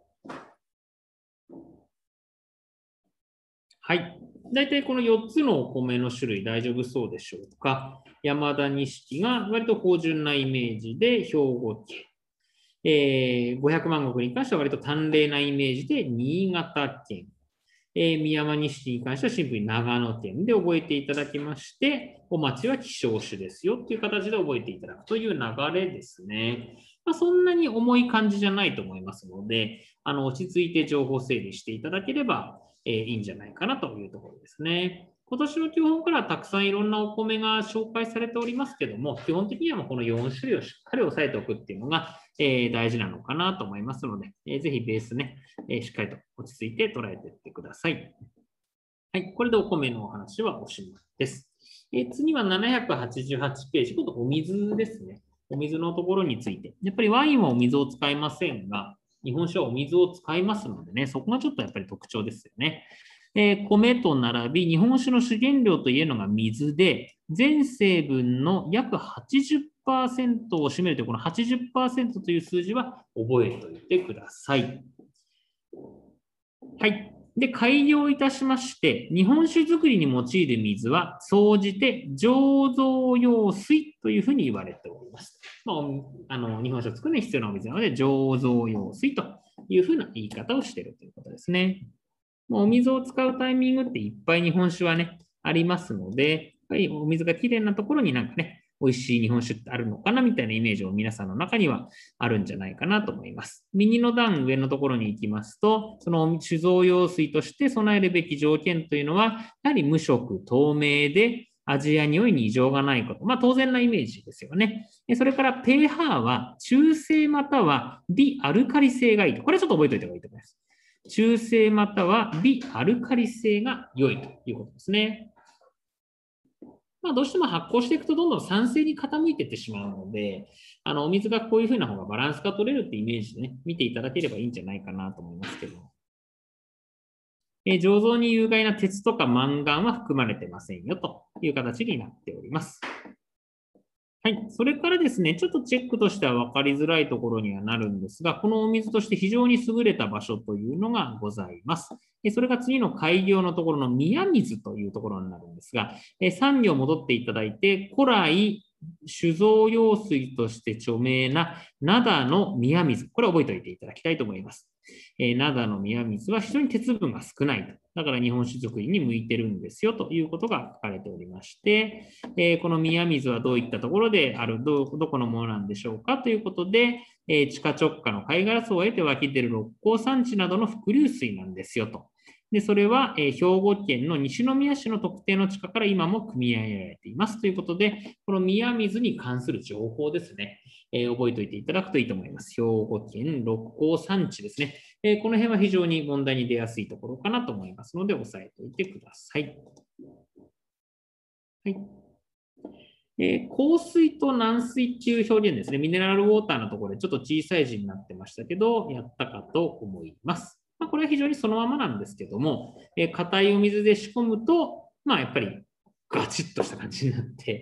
はい。大体この4つのお米の種類大丈夫そうでしょうか。山田錦が割と芳醇なイメージで兵庫県。500万石に関しては割と淡麗なイメージで新潟県。宮山錦に関してはシンプルに長野県で覚えていただきまして、お町は希少種ですよっていう形で覚えていただくという流れですね。そんなに重い感じじゃないと思いますので、落ち着いて情報整理していただければ、いいんじゃないかなというところですね。今年の基本からはたくさんいろんなお米が紹介されておりますけども、基本的にはこの4種類をしっかり押さえておくっていうのが、大事なのかなと思いますので、ぜひベースね、しっかりと落ち着いて捉えていってください。はい、これでお米のお話はおしまいです。次は788ページ、今度お水ですね。お水のところについて。やっぱりワインはお水を使いませんが、日本酒はお水を使いますのでね、そこがちょっとやっぱり特徴ですよね。 米と並び、日本酒の主原料というのが水で、全成分の約80%を占めるという、この80%という数字は覚えておいてください。はい。で、改良いたしまして、日本酒作りに用いる水は、総じて醸造用水というふうに言われております。日本酒を作るのに必要なお水なので、醸造用水というふうな言い方をしているということですね。お水を使うタイミングっていっぱい日本酒はね、ありますので、お水がきれいなところになんかね、美味しい日本酒ってあるのかなみたいなイメージを皆さんの中にはあるんじゃないかなと思います。右の段上のところに行きますと、その酒造用水として備えるべき条件というのは、やはり無色透明で味や匂いに異常がないこと。当然なイメージですよね。それから pH は中性または微アルカリ性がいいと。これちょっと覚えておいた方がいいと思います。中性または微アルカリ性が良いということですね。どうしても発酵していくとどんどん酸性に傾いていってしまうので、お水がこういうふうな方がバランスが取れるってイメージでね、見ていただければいいんじゃないかなと思いますけど。醸造に有害な鉄とかマンガンは含まれてませんよという形になっております。はい。それからですね、ちょっとチェックとしては分かりづらいところにはなるんですが、このお水として非常に優れた場所というのがございます。それが次の開業のところの宮水というところになるんですが、3行戻っていただいて、古来、酒造用水として著名な灘の宮水、これを覚えておいていただきたいと思います。灘の宮水は非常に鉄分が少ないと。だから日本酒作りに向いてるんですよということが書かれておりまして、この宮水はどういったところである、どこのものなんでしょうかということで、地下直下の貝殻層を得て湧き出る六甲山地などの伏流水なんですよと。で、それは、兵庫県の西宮市の特定の地下から今も組み上げられていますということで、この宮水に関する情報ですね、覚えておいていただくといいと思います。兵庫県六甲山地ですね。この辺は非常に問題に出やすいところかなと思いますので、押さえておいてください。はい。硬水と軟水っていう表現ですね。ミネラルウォーターのところでちょっと小さい字になってましたけど、やったかと思います。これは非常にそのままなんですけども、硬いお水で仕込むと、やっぱりガチッとした感じになって、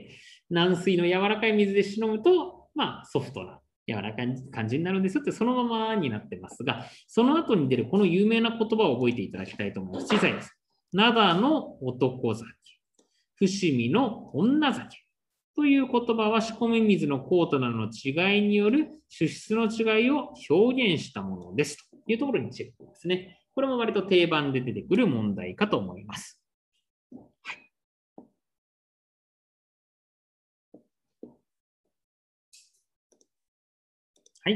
軟水の柔らかい水で仕込むと、ソフトな柔らかい感じになるんですよってそのままになってますが、その後に出るこの有名な言葉を覚えていただきたいと思います。小さいです。灘の男酒、伏見の女酒。という言葉は仕込み水の高度などの違いによる主質の違いを表現したものですというところにチェックですね。これも割と定番で出てくる問題かと思います。はい、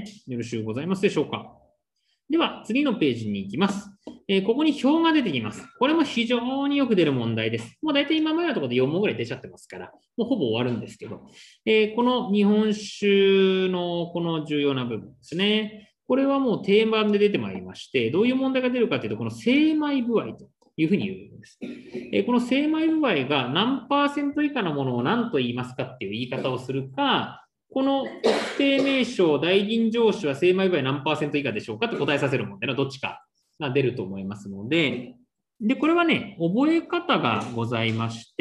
よろしゅうございますでしょうか。では、次のページに行きます。ここに表が出てきます。これも非常によく出る問題です。もう大体今までのところで4問ぐらい出ちゃってますから、もうほぼ終わるんですけど、この日本酒のこの重要な部分ですね。これはもう定番で出てまいりまして、どういう問題が出るかというと、この精米部合というふうに言うんです。この精米部合が何%以下のものを何と言いますかっていう言い方をするか、この特定名称、大吟醸酒は精米部合何%以下でしょうかと答えさせる問題のどっちかが出ると思いますので、これはね、覚え方がございまして、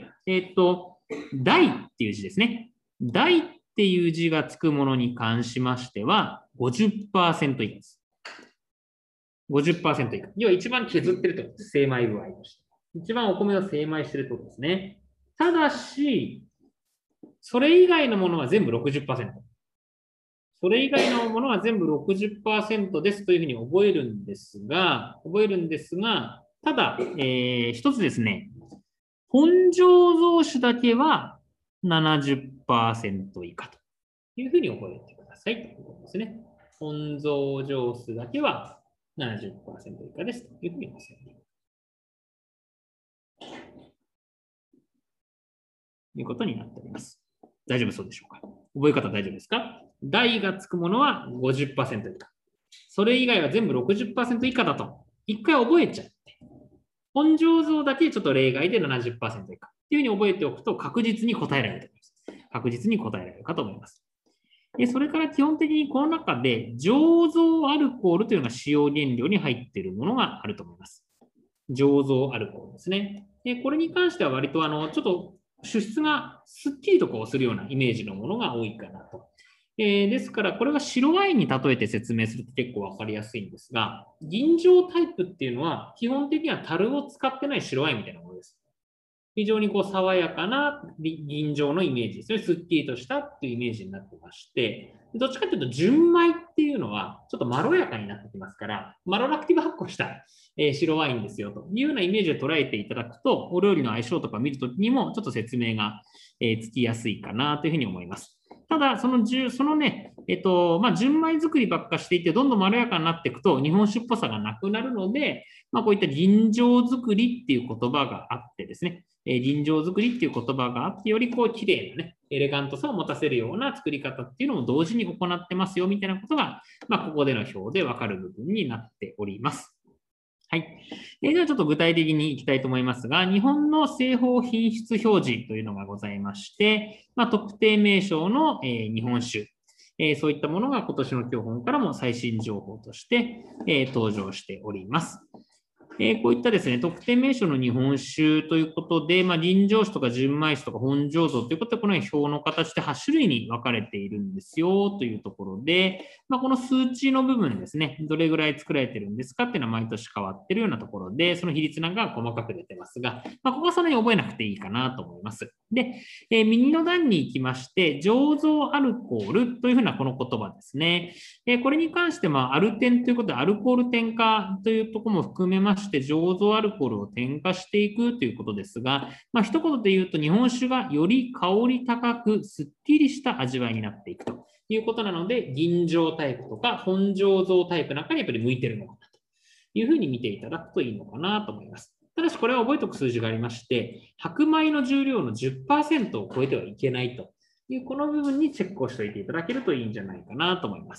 大っていう字ですね。大っていう字がつくものに関しましては、50% 以下です。50% 以下。要は一番削ってるってことです。精米部合として。一番お米を精米してるってことですね。ただし、それ以外のものは全部 60%。それ以外のものは全部 60% ですというふうに覚えるんですが、ただ、一つですね、本醸造酒だけは 70% 以下というふうに覚えてくださいということですね。本醸造酒だけは 70% 以下ですというふうに覚えていく。ということになっております。大丈夫そうでしょうか。覚え方大丈夫ですか？大がつくものは 50% 以下。それ以外は全部 60% 以下だと。一回覚えちゃって。本醸造だけちょっと例外で 70% 以下。っていうふうに覚えておくと確実に答えられると思います。確実に答えられるかと思います。それから基本的にこの中で醸造アルコールというのが使用原料に入っているものがあると思います。 醸造アルコールですね。これに関しては割とちょっと主質がすっきりとこうするようなイメージのものが多いかなと。ですから、これが白ワインに例えて説明すると結構わかりやすいんですが、吟醸タイプっていうのは、基本的には樽を使ってない白ワインみたいなものです。非常にこう爽やかな吟醸のイメージですね。すっきりとしたっていうイメージになってまして、どっちかというと純米っていうのはちょっとまろやかになってきますから、マロラクティブ発酵した白ワインですよというようなイメージで捉えていただくと、お料理の相性とか見るときにもちょっと説明がつきやすいかなというふうに思います。ただ、そのね、純米作りばっかしていて、どんどんまろやかになっていくと、日本酒っぽさがなくなるので、こういった吟醸作りっていう言葉があってですね、吟醸作りっていう言葉があって、よりこう綺麗なね、エレガントさを持たせるような作り方っていうのも同時に行ってますよみたいなことが、ここでの表で分かる部分になっております。はい。ではちょっと具体的にいきたいと思いますが、日本の製法品質表示というのがございまして、特定名称の日本酒、そういったものが今年の教本からも最新情報として登場しております。こういったですね、特定名称の日本酒ということで、吟醸酒とか純米酒とか本醸造ということで、このように表の形で8種類に分かれているんですよというところで、この数値の部分ですね、どれぐらい作られてるんですかっていうのは毎年変わってるようなところで、その比率なんかが細かく出てますが、ここはそんなに覚えなくていいかなと思います。で、右の段に行きまして、醸造アルコールというふうなこの言葉ですね。これに関して、アルテンということで、アルコール添加というところも含めまして、醸造アルコールを添加していくということですが、一言で言うと、日本酒がより香り高く、すっきりした味わいになっていくということなので、吟醸タイプとか本醸造タイプなんかにやっぱり向いてるのかなというふうに見ていただくといいのかなと思います。ただし、これは覚えておく数字がありまして、白米の重量の 10% を超えてはいけないという、この部分にチェックをしておいていただけるといいんじゃないかなと思います。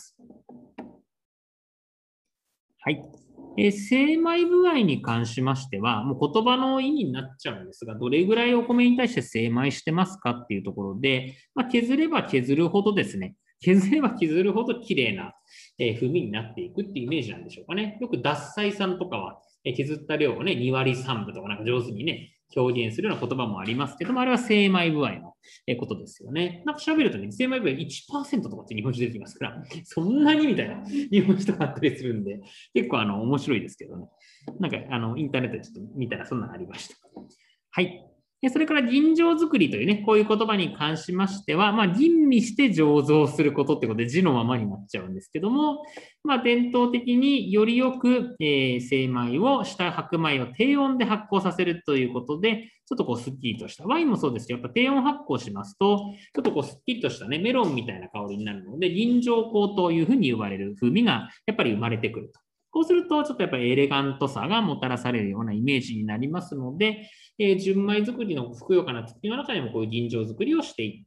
はい。精米具合に関しましては、もう言葉の意味になっちゃうんですが、どれぐらいお米に対して精米してますかっていうところで、削れば削るほどですね、削れば削るほど綺麗な風味になっていくっていうイメージなんでしょうかね。よく獺祭さんとかは、削った量をね、2割3分とかなんか上手にね、表現するような言葉もありますけども、あれは精米具合のことですよね。なんか調べるとね、精米具合 1% とかって日本酒出てきますから、そんなにみたいな日本酒とかあったりするんで、結構面白いですけどね。なんかインターネットでちょっと見たらそんなのありました。はい。それから吟醸作りというね、こういう言葉に関しましては、吟味して醸造することってことで字のままになっちゃうんですけども、伝統的によりよく、精米をした白米を低温で発酵させるということで、ちょっとこうスッキリとした、ワインもそうですけど、やっぱ低温発酵しますと、ちょっとこうスッキリとしたね、メロンみたいな香りになるので、吟醸香というふうに言われる風味がやっぱり生まれてくると。こうすると、ちょっとやっぱりエレガントさがもたらされるようなイメージになりますので、純米作りのふくよかな作りの中にもこういう吟醸作りをしていって、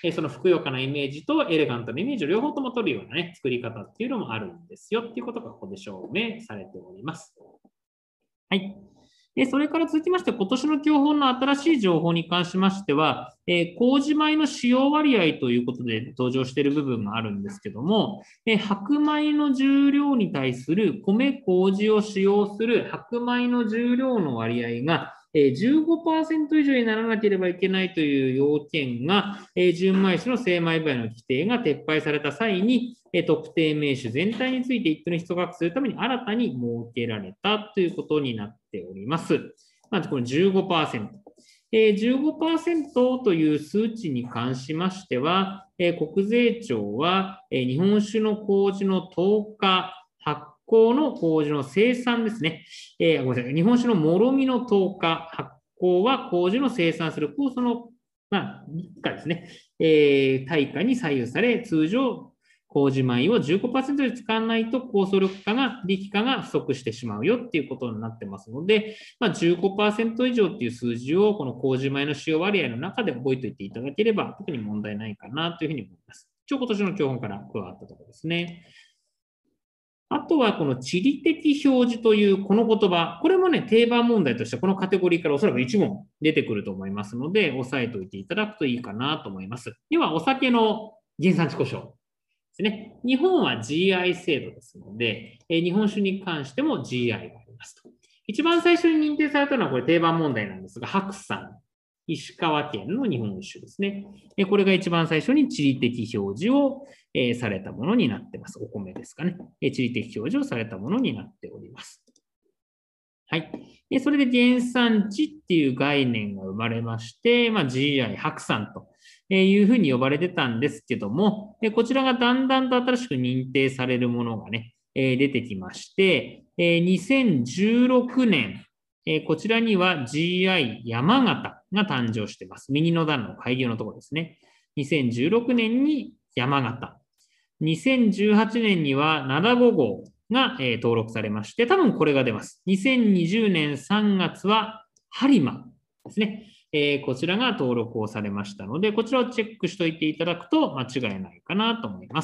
そのふくよかなイメージとエレガントなイメージを両方とも取るようなね、作り方っていうのもあるんですよっていうことがここで証明されております。はい。それから続きまして、今年の教本の新しい情報に関しましては、麹米の使用割合ということで登場している部分があるんですけども、白米の重量に対する米麹を使用する白米の重量の割合が15% 以上にならなければいけないという要件が、純米酒の精米部合の規定が撤廃された際に、特定名酒全体について一定の人がするために新たに設けられたということになっております。まずこの 15%。15% という数値に関しましては、国税庁は日本酒の麹の投下、発酵の麹の生産ですね。ごめんなさい。日本酒のもろみの投下、発酵は麹の生産する酵素の、日価ですね。対価に左右され、通常、麹米を 15% で使わないと酵素力価が不足してしまうよっていうことになってますので、15% 以上っていう数字をこの麹米の使用割合の中で覚えておいていただければ特に問題ないかなというふうに思います。一応今年の教本から加わったところですね。あとはこの地理的表示というこの言葉、これもね、定番問題としてこのカテゴリーからおそらく1問出てくると思いますので、押さえておいていただくといいかなと思います。では、お酒の原産地故障ですね。日本は GI 制度ですので、日本酒に関しても GI がありますと。 一番最初に認定されたのはこれ定番問題なんですが、白山、石川県の日本酒ですね。これが一番最初に地理的表示をされたものになっています。お米ですかね。地理的表示をされたものになっております。はい。それで原産地っていう概念が生まれまして、GI 白山というふうに呼ばれてたんですけども、こちらがだんだんと新しく認定されるものがね、出てきまして、2016年、こちらには GI 山形が誕生しています。右の段の開業のところですね。2016年に山形。2018年には灘5号が登録されまして、多分これが出ます。2020年3月は播磨ですね。こちらが登録をされましたので、こちらをチェックしておいていただくと間違いないかなと思います。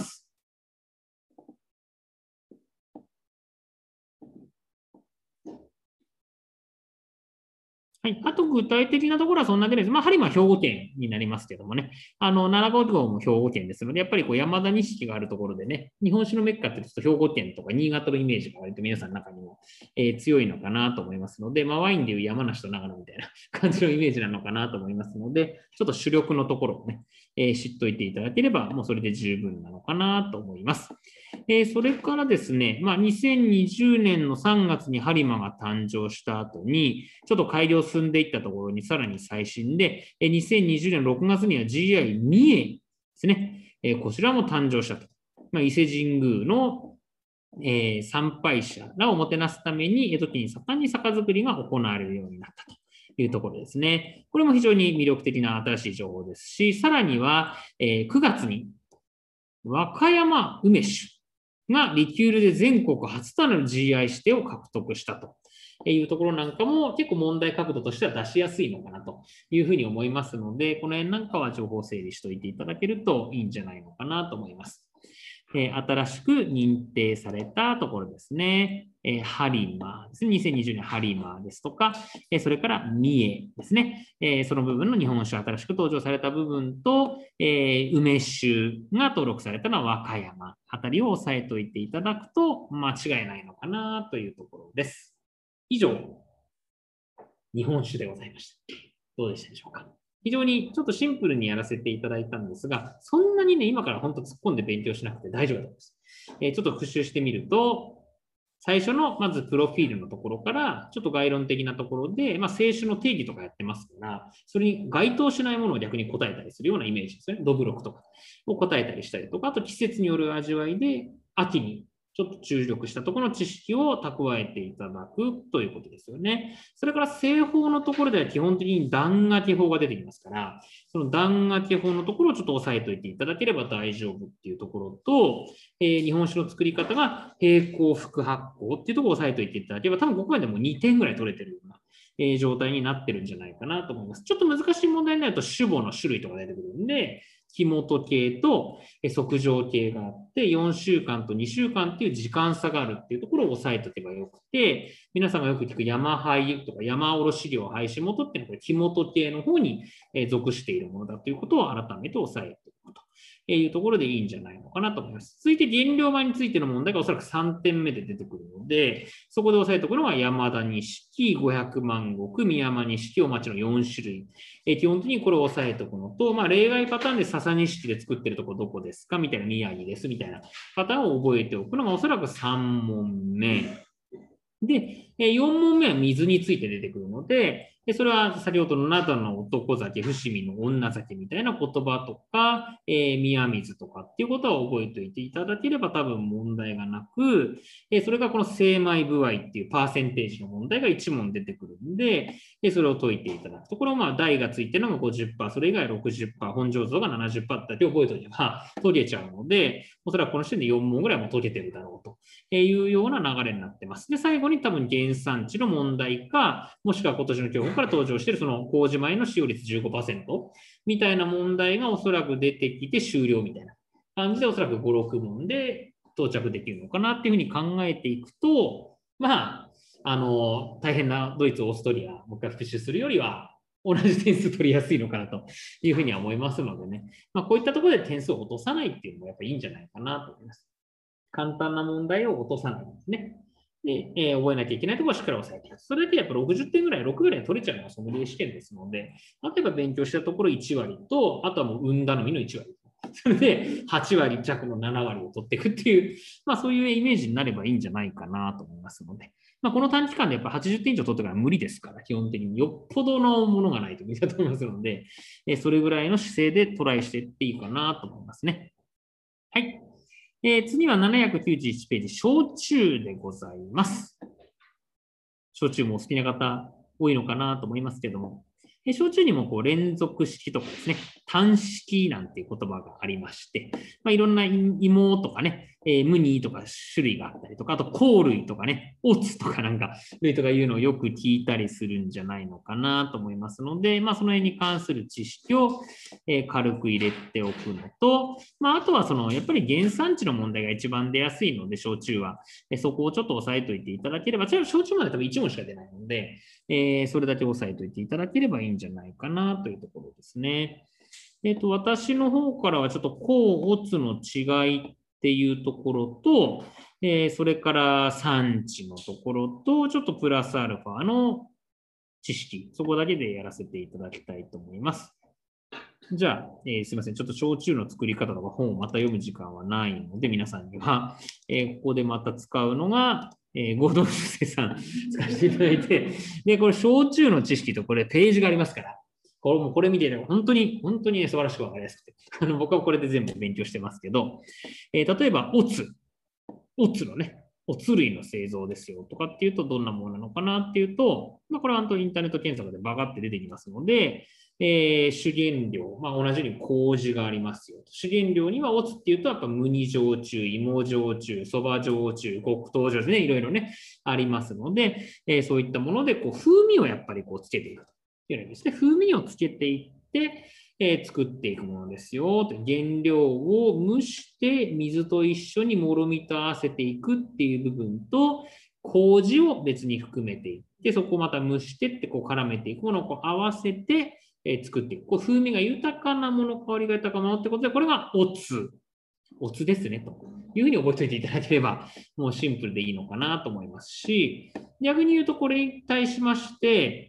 はい。あと、具体的なところはそんなでです。播磨は兵庫県になりますけどもね。奈良号も兵庫県ですので、やっぱりこう山田錦があるところでね、日本酒のメッカってちょっと兵庫県とか新潟のイメージが割と皆さんの中にも、強いのかなと思いますので、ワインでいう山梨と長野みたいな感じのイメージなのかなと思いますので、ちょっと主力のところをね、知っといていただければ、もうそれで十分なのかなと思います。それからですね、2020年の3月に播磨が誕生した後に、ちょっと改良進んでいったところにさらに最新で、2020年6月には GI 三重ですね、こちらも誕生したと。伊勢神宮の参拝者らをもてなすために、江戸期に盛んに酒造りが行われるようになったというところですね。これも非常に魅力的な新しい情報ですし、さらには、9月に和歌山梅酒がリキュールで全国初となる GI 指定を獲得したというところなんかも結構問題角度としては出しやすいのかなというふうに思いますので、この辺なんかは情報整理しておいていただけるといいんじゃないのかなと思います。新しく認定されたところですね。ハリマーですね。2020年ハリマーですとか、それから三重ですね。その部分の日本酒新しく登場された部分と、梅酒が登録されたのは和歌山あたりを押さえておいていただくと間違いないのかなというところです。以上、日本酒でございました。どうでしたでしょうか。非常にちょっとシンプルにやらせていただいたんですが、そんなにね、今から本当突っ込んで勉強しなくて大丈夫です。ちょっと復習してみると、最初のまずプロフィールのところから、ちょっと概論的なところで、清酒の定義とかやってますから、それに該当しないものを逆に答えたりするようなイメージですね。ドブロクとかを答えたりしたりとか、あと季節による味わいで、秋にちょっと注力したところの知識を蓄えていただくということですよね。それから製法のところでは基本的に段書き法が出てきますから、その段書き法のところをちょっと押さえておいていただければ大丈夫っていうところと、日本酒の作り方が並行副発酵っていうところを押さえておいていただければ、多分ここまでもう2点ぐらい取れてるような。状態になってるんじゃないかなと思います。ちょっと難しい問題になると主母の種類とか出てくるんで、木本系と測定系があって、4週間と2週間っていう時間差があるっていうところを押さえておけばよくて、皆さんがよく聞く山灰とか山卸量廃止元っていうのはこれ木本系の方に属しているものだということを改めて押さえておくと。いうところでいいんじゃないのかなと思います。続いて原料米についての問題がおそらく3点目で出てくるので、そこで押さえておくのは山田錦、500万石、宮山錦、お町の4種類。基本的にこれを押さえておくのと、例外パターンで笹錦で作ってるところどこですかみたいな、宮城ですみたいなパターンを覚えておくのがおそらく3問目。で、4問目は水について出てくるので、それは先ほどの灘の男酒、伏見の女酒みたいな言葉とか、宮水とかっていうことは覚えておいていただければ多分問題がなく、それがこの精米部合っていうパーセンテージの問題が1問出てくるんで、それを解いていただくと。これは台がついてるのが 50%、それ以外60%、本醸造が 70% だけ覚えておけば解けちゃうので、おそらくこの時点で4問ぐらいも解けてるだろうというような流れになってます。で、最後に多分原産地の問題か、もしくは今年の教本から登場しているその麹米の使用率 15% みたいな問題がおそらく出てきて終了みたいな感じでおそらく5、6問で到着できるのかなっていうふうに考えていくと、大変なドイツ、オーストリア、もう一回復習するよりは、同じ点数取りやすいのかなというふうには思いますのでね、こういったところで点数を落とさないっていうのもやっぱりいいんじゃないかなと思います。簡単な問題を落とさないんですね。 で、覚えなきゃいけないところはしっかり押さえていく。それだけやっぱ60点ぐらい、6ぐらい取れちゃうのがソムリエ試験ですので、例えば勉強したところ1割と、あとはもう運頼みの1割。それで8割弱の7割を取っていくっていう、そういうイメージになればいいんじゃないかなと思いますので、この短期間でやっぱ80点以上取ってから無理ですから、基本的によっぽどのものがないと無理だと思いますので、それぐらいの姿勢でトライしていっていいかなと思いますね。はい。次は791ページ、焼酎でございます。焼酎もお好きな方多いのかなと思いますけども、焼酎にもこう連続式とかですね、単式なんていう言葉がありまして、いろんな芋とかね、ムニとか種類があったりとか、あと香類とかね、オツとかなんか類とかいうのをよく聞いたりするんじゃないのかなと思いますので、その辺に関する知識を軽く入れておくのと、あとはそのやっぱり原産地の問題が一番出やすいので、焼酎はそこをちょっと押さえておいていただければ、焼酎まで多分1問しか出ないので、それだけ押さえておいていただければいいんじゃないかなというところですね。私の方からはちょっと甲、オツの違いっていうところと、それから産地のところと、ちょっとプラスアルファの知識、そこだけでやらせていただきたいと思います。じゃあ、すいません。ちょっと焼酎の作り方とか本をまた読む時間はないので、皆さんには、ここでまた使うのが、合同修正さん使わせていただいて、で、これ、焼酎の知識とこれ、ページがありますから、これ見て、ね、本当に素晴らしくわかりやすくて、僕はこれで全部勉強してますけど、例えば、オツのね、おつ類の製造ですよとかっていうとどんなものなのかなっていうと、これはインターネット検索でバカって出てきますので、主原料、同じように麹がありますよ。主原料にはおつっていうと、やっぱ麦焼酎、芋焼酎、そば焼酎、黒糖焼酎ね、いろいろね、ありますので、そういったものでこう風味をやっぱりこうつけていくというのですね。風味をつけていって、作っていくものですよ。原料を蒸して水と一緒にもろみと合わせていくっていう部分と、麹を別に含めていって、そこをまた蒸してってこう絡めていくものをこう合わせて作っていく。こう風味が豊かなもの、香りが豊かなものってことで、これがおつ。おつですね、というふうに覚えておいていただければ、もうシンプルでいいのかなと思いますし、逆に言うとこれに対しまして、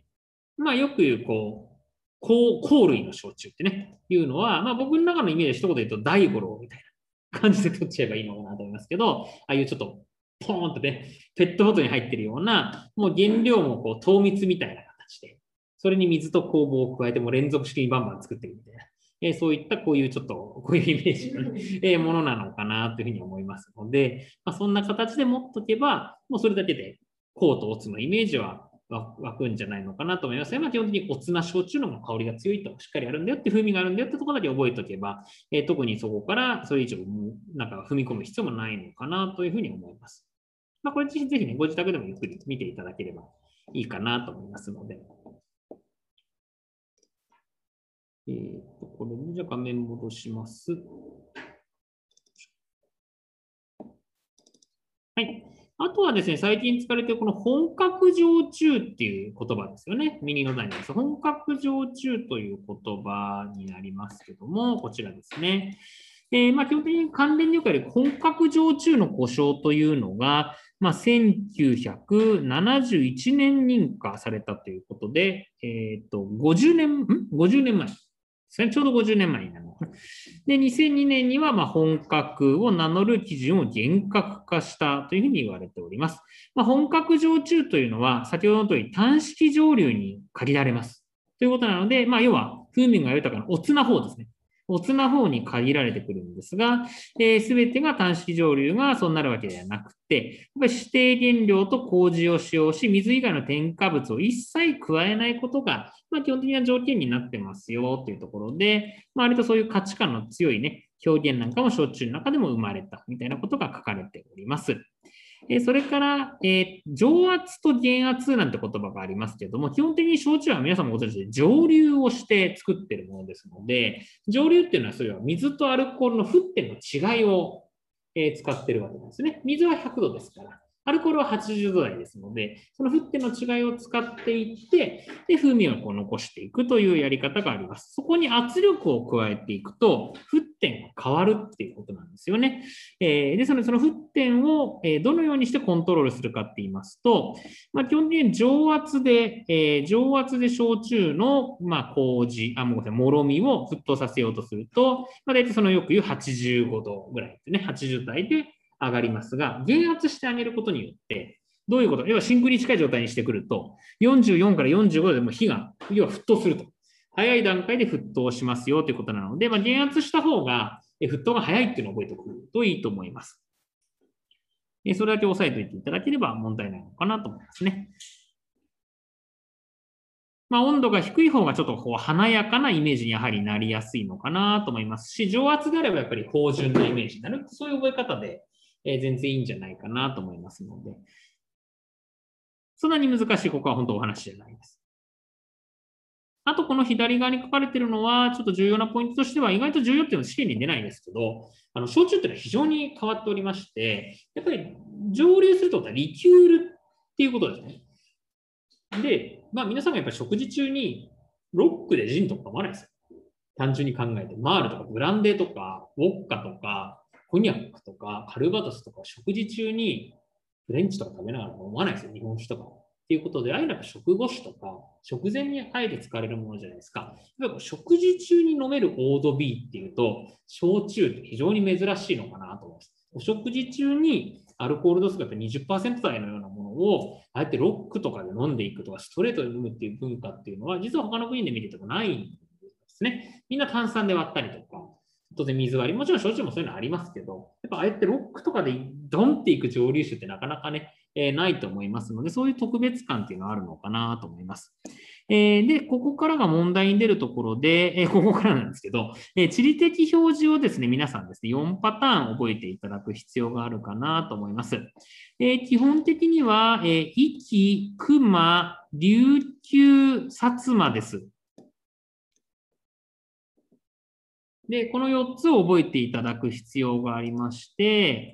よく言う、香類の焼酎ってね、いうのは、僕の中のイメージ一言で言うと大五郎みたいな感じで取っちゃえばいいのかなと思いますけど、ああいうちょっとポーンとね、ペットボトルに入ってるような、もう原料もこう糖蜜みたいな形で、それに水と酵母を加えても連続式にバンバン作ってるみたいな。そういったこういうちょっと、こういうイメージの、ねものなのかなというふうに思いますので、そんな形で持っとけば、もうそれだけで、コーとオツのイメージは湧くんじゃないのかなと思います。基本的におつな焼酎の香りが強いとしっかりあるんだよって風味があるんだよってところだけ覚えておけば、特にそこからそれ以上なんか踏み込む必要もないのかなというふうに思います。これぜひね、ご自宅でもゆっくり見ていただければいいかなと思いますので。これでじゃあ画面戻します。はい。あとはですね、最近使われているこの本格焼酎っていう言葉ですよね。右の段にです。本格焼酎という言葉になりますけども、こちらですね。基本的に関連業界で本格焼酎の呼称というのが、1971年認可されたということで、50年前。ちょうど50年前になるのかな。で、2002年には本格を名乗る基準を厳格化したというふうに言われております。本格焼酎というのは、先ほどの通り単式蒸留に限られます。ということなので、要は風味が豊かなおつな方ですね。おつな方に限られてくるんですが、すべてが単式蒸留がそうなるわけではなくて、やっぱり指定原料と麹を使用し、水以外の添加物を一切加えないことが、基本的な条件になってますよというところで、割とそういう価値観の強いね、表現なんかも焼酎の中でも生まれたみたいなことが書かれております。それから、蒸圧と減圧なんて言葉がありますけれども、基本的に焼酎は皆さんもご存知で蒸留をして作っているものですので、蒸留っていうのはそれは水とアルコールの沸点の違いを使っているわけなんですね。水は100度ですから。 アルコールは80度台ですので、その沸点の違いを使っていって、で、風味をこう残していくというやり方があります。そこに圧力を加えていくと、沸点が変わるっていうことなんですよね。で、その沸点をどのようにしてコントロールするかって言いますと、基本的に上圧で焼酎の、麹、もろみを沸騰させようとすると、大体そのよく言う85度ぐらいですね、80度で上がりますが、減圧してあげることによって、どういうこと、要は真空に近い状態にしてくると、44から45度でも火が、要は沸騰すると。早い段階で沸騰しますよということなので、減圧した方が沸騰が早いっていうのを覚えておくといいと思います。それだけ押さえておいていただければ問題ないのかなと思いますね。温度が低い方がちょっとこう華やかなイメージにやはりなりやすいのかなと思いますし、上圧であればやっぱり芳醇なイメージになる。そういう覚え方で全然いいんじゃないかなと思いますので、そんなに難しいここは本当お話じゃないです。あとこの左側に書かれているのはちょっと重要なポイントとしては、意外と重要っていうのは試験に出ないんですけど、焼酎っていうのは非常に変わっておりまして、やっぱり蒸留するとことはリキュールっていうことですね。で、皆さんがやっぱり食事中にロックでジンとか飲まないですよ。単純に考えて。マールとかブランデーとか、ウォッカとか、コニャックとか、カルバドスとか、食事中にフレンチとか食べながら飲まないですよ。日本酒とか。っていうことで、ああいうのは食後酒とか、食前にあえて使われるものじゃないですか。食事中に飲めるオードビーっていうと、焼酎って非常に珍しいのかなと思います。お食事中にアルコール度数が 20% 台のようなものを、あえてロックとかで飲んでいくとか、ストレートで飲むっていう文化っていうのは、実は他の国で見ててもないんですね。みんな炭酸で割ったりとか、当然水割り、もちろん焼酎もそういうのありますけど、やっぱああやってロックとかでドンっていく蒸留酒ってなかなかね、ないと思いますので、そういう特別感っていうのはあるのかなと思います。で、ここからが問題に出るところで、ここからなんですけど、地理的表示をですね、皆さんですね、4パターン覚えていただく必要があるかなと思います。基本的には、壱岐、熊、琉球、薩摩です。で、この4つを覚えていただく必要がありまして、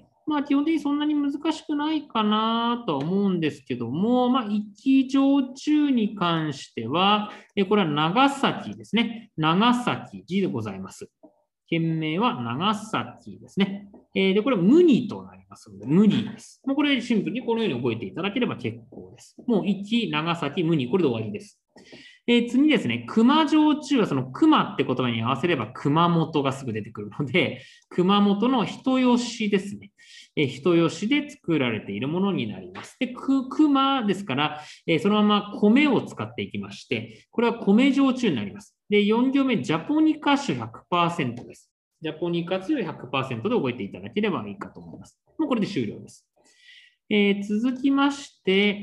基本的にそんなに難しくないかなとは思うんですけども、壱岐焼酎に関しては、これは長崎ですね。長崎でございます。県名は長崎ですね。で、これは無二となりますので、無二です。もうこれシンプルにこのように覚えていただければ結構です。もう壱岐、長崎、無二、これで終わりです。次ですね、熊焼酎はその熊って言葉に合わせれば熊本がすぐ出てくるので、熊本の人吉ですね。人吉で作られているものになります。で、熊ですから、そのまま米を使っていきまして、これは米焼酎になります。で、4行目、ジャポニカ酒 100% です。ジャポニカ酒 100% で覚えていただければいいかと思います。もうこれで終了です。続きまして、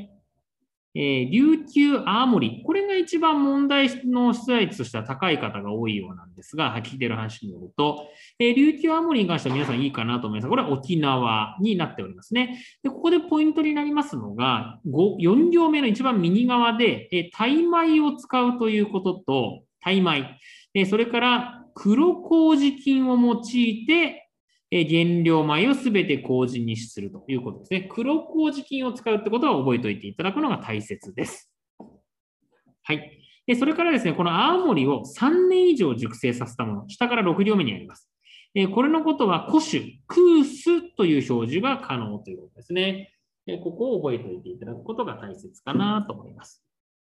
琉球青森。これが一番問題の出題率としては高い方が多いようなんですが、聞いてる話によると、琉球青森に関しては皆さんいいかなと思いますが、これは沖縄になっておりますね。で、ここでポイントになりますのが、4行目の一番右側で、タイ米を使うということと、タイ米、それから黒麹菌を用いて、原料米をすべて麹にするということですね。黒麹菌を使うってことは覚えておいていただくのが大切です。はい。それからですね、この青森を3年以上熟成させたもの、下から6行目にあります。これのことは古酒、クースという表示が可能ということですね。ここを覚えておいていただくことが大切かなと思います。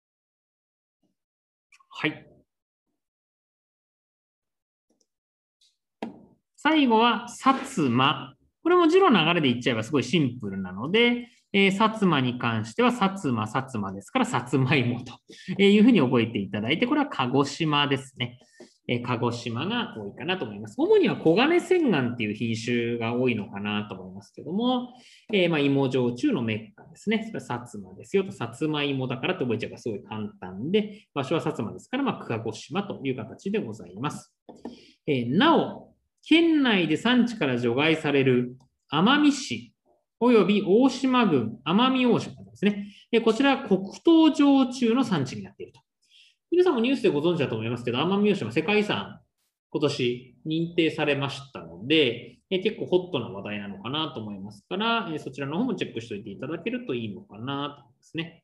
はい。最後は、薩摩。これも字の流れで言っちゃえばすごいシンプルなので、薩摩に関しては、薩摩ですから、薩摩芋というふうに覚えていただいて、これは鹿児島ですね。鹿児島が多いかなと思います。主には黄金千貫っていう品種が多いのかなと思いますけども、芋焼酎のメッカですね。それは薩摩ですよと、薩摩芋だからって覚えちゃえばすごい簡単で、場所は薩摩ですから、鹿児島という形でございます。なお、県内で産地から除外される奄美市及び大島郡奄美大島ですね。こちらは黒糖焼酎の産地になっていると。皆さんもニュースでご存知だと思いますけど、奄美大島世界遺産今年認定されましたので、 結構ホットな話題なのかなと思いますから、そちらの方もチェックしておいていただけるといいのかなと思いますね。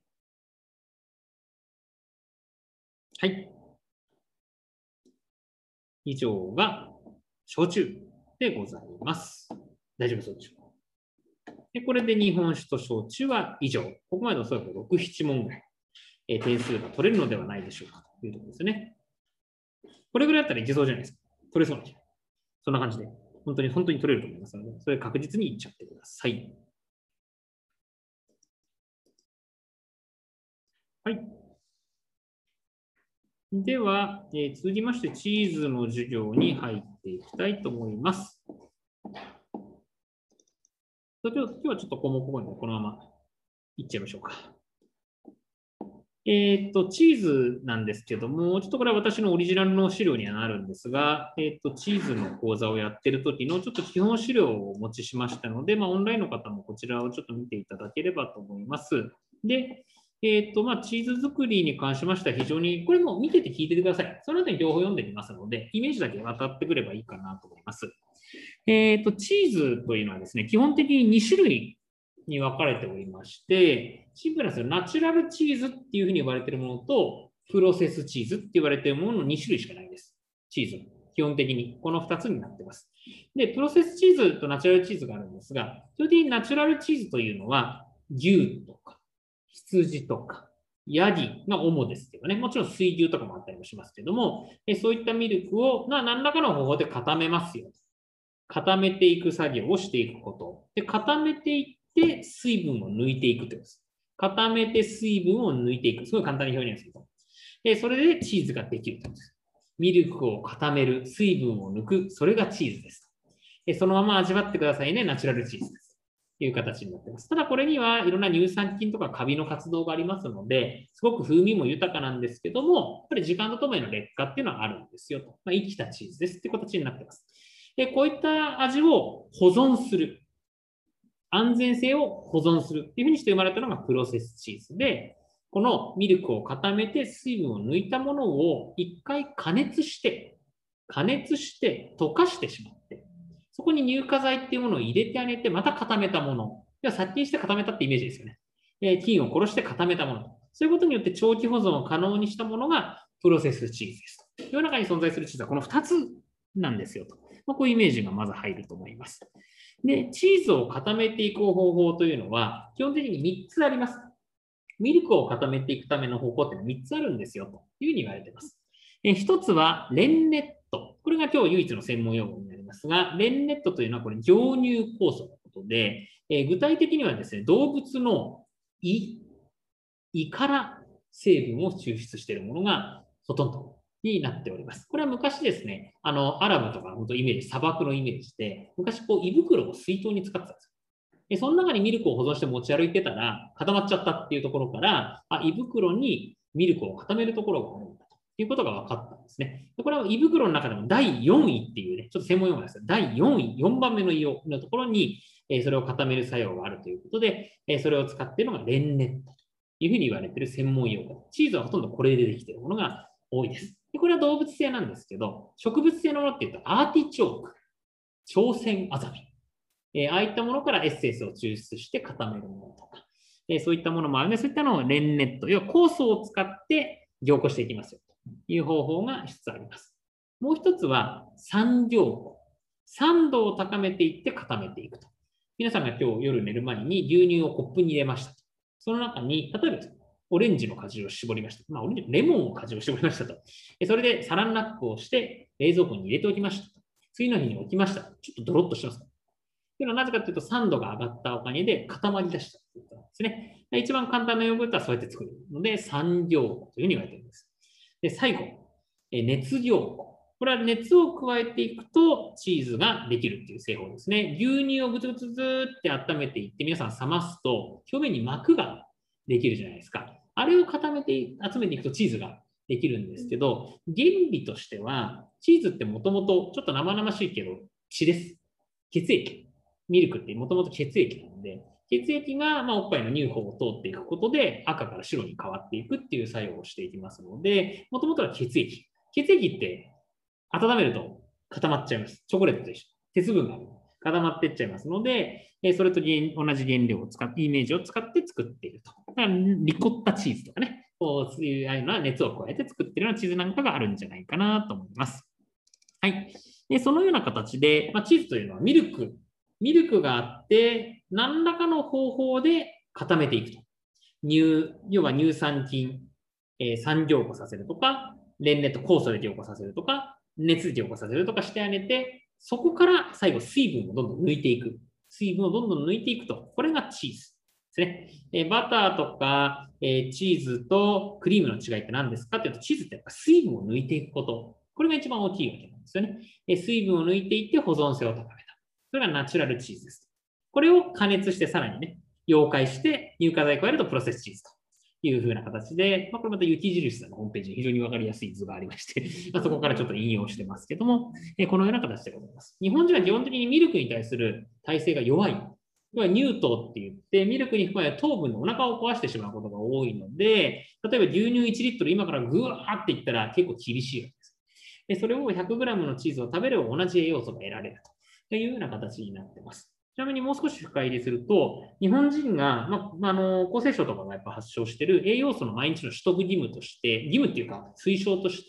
はい。以上が焼酎でございます。大丈夫そうでしょうか。でこれで日本酒と焼酎は以上。ここまでおそらく6、7問ぐらい、点数が取れるのではないでしょうかというところですね。これぐらいだったらいけそうじゃないですか。取れそうな気が。そんな感じで、本当に取れると思いますので、それ確実にいっちゃってください。はい。では、続きまして、チーズの授業に入っていきたいと思います。今日はちょっと項目ごとにこのままいっちゃいましょうか。チーズなんですけども、ちょっとこれは私のオリジナルの資料にはなるんですが、チーズの講座をやってる時のちょっと基本資料をお持ちしましたので、オンラインの方もこちらをちょっと見ていただければと思います。で、チーズ作りに関しましては非常に、これも見てて聞いててください。その後に両方読んでみますので、イメージだけ渡ってくればいいかなと思います。チーズというのはですね、基本的に2種類に分かれておりまして、シンプルなんですよ。ナチュラルチーズっていうふうに言われているものと、プロセスチーズって言われているものの2種類しかないです。チーズ。基本的にこの2つになっています。で、プロセスチーズとナチュラルチーズがあるんですが、基本的にナチュラルチーズというのは、牛とか羊とかヤギが主ですけどね、もちろん水牛とかもあったりもしますけども、そういったミルクを何らかの方法で固めますよ。固めていく作業をしていくこと。で、固めていって水分を抜いていくということです。固めて水分を抜いていく。すごい簡単に表現すると。それでチーズができるということです。ミルクを固める、水分を抜く、それがチーズです。そのまま味わってくださいね、ナチュラルチーズです。という形になっています。ただこれにはいろんな乳酸菌とかカビの活動がありますので、すごく風味も豊かなんですけども、やっぱり時間とともにの劣化っていうのはあるんですよと。生きたチーズですっていう形になっています。で、こういった味を保存する。安全性を保存するっていうふうにして生まれたのがプロセスチーズで、このミルクを固めて水分を抜いたものを一回加熱して、溶かしてしまって、そこに乳化剤っていうものを入れてあげて、また固めたもの。では殺菌して固めたってイメージですよね。菌を殺して固めたもの。そういうことによって長期保存を可能にしたものがプロセスチーズですと。世の中に存在するチーズはこの2つなんですよと。こういうイメージがまず入ると思います。で、チーズを固めていく方法というのは、基本的に3つあります。ミルクを固めていくための方法って3つあるんですよというふうに言われています。1つは、レンネット。これが今日唯一の専門用語になりますが、レンネットというのはこれ凝乳酵素のことで、具体的にはですね、動物の胃から成分を抽出しているものがほとんどになっております。これは昔ですね、アラブとか本当イメージ、砂漠のイメージで、昔こう胃袋を水筒に使ってたんですよ。でその中にミルクを保存して持ち歩いてたら固まっちゃったっていうところから、胃袋にミルクを固めるところがあるんだということが分かったんですね。でこれは胃袋の中でも第4位っていうね、ちょっと専門用語です。第4位、4番目の胃のところに、それを固める作用があるということで、それを使っているのがレンネットというふうに言われている専門用語。チーズはほとんどこれでできているものが多いです。でこれは動物性なんですけど、植物性のものっていうとアーティチョーク、朝鮮アザミ、ああいったものからエッセンスを抽出して固めるものとか、そういったものもあるので、そういったのをレンネット、要は酵素を使って凝固していきますよという方法が一つあります。もう一つは酸凝固。酸度を高めていって固めていくと。皆さんが今日夜寝る前に牛乳をコップに入れました。その中に、例えばオレンジの果汁を絞りました。レモンの果汁を絞りましたと。それでサランラップをして冷蔵庫に入れておきましたと。次の日に起きました。ちょっとドロッとしてます。というのはなぜかというと、酸度が上がったおかげで固まり出したということなんですね。一番簡単なヨーグルトはそうやって作るので、酸凝固というふうに言われているんです。で、最後、熱凝固。これは熱を加えていくとチーズができるっていう製法ですね。牛乳をぐつぐつずって温めていって皆さん冷ますと表面に膜ができるじゃないですか。あれを固めて集めていくとチーズができるんですけど、原理としてはチーズってもともとちょっと生々しいけど血です。血液。ミルクってもともと血液なので、血液がおっぱいの乳房を通っていくことで赤から白に変わっていくっていう作用をしていきますので、もともとは血液。血液って温めると固まっちゃいます。チョコレートと一緒。鉄分があるか固まっていっちゃいますので、それと同じ原料を使って、イメージを使って作っていると。だからリコッタチーズとかね、そういうああいうのは熱を加えて作っているようなチーズなんかがあるんじゃないかなと思います。はい。で、そのような形で、チーズというのはミルクがあって、何らかの方法で固めていくと。要は乳酸菌、産業化させるとか、連ネと酵素で凝固させるとか、熱で凝固させるとかしてあげて、そこから最後水分をどんどん抜いていく。水分をどんどん抜いていくと。これがチーズですね。バターとか、チーズとクリームの違いって何ですかっていうと、チーズってやっぱ水分を抜いていくこと。これが一番大きいわけなんですよね。水分を抜いていって保存性を高めた。それがナチュラルチーズです。これを加熱してさらにね、溶解して乳化剤を加えるとプロセスチーズという風な形で、これまた雪印さんのホームページに非常にわかりやすい図がありましてそこからちょっと引用してますけども、このような形でございます。日本人は基本的にミルクに対する耐性が弱い。要は乳糖って言って、ミルクに含まれる糖分のお腹を壊してしまうことが多いので、例えば牛乳1リットル今からぐわーっていったら結構厳しいわけです。でそれを 100g のチーズを食べれば同じ栄養素が得られるというような形になっています。ちなみにもう少し深入りすると、日本人が、厚生省とかがやっぱ発症している栄養素の毎日の取得義務として、義務っていうか推奨として、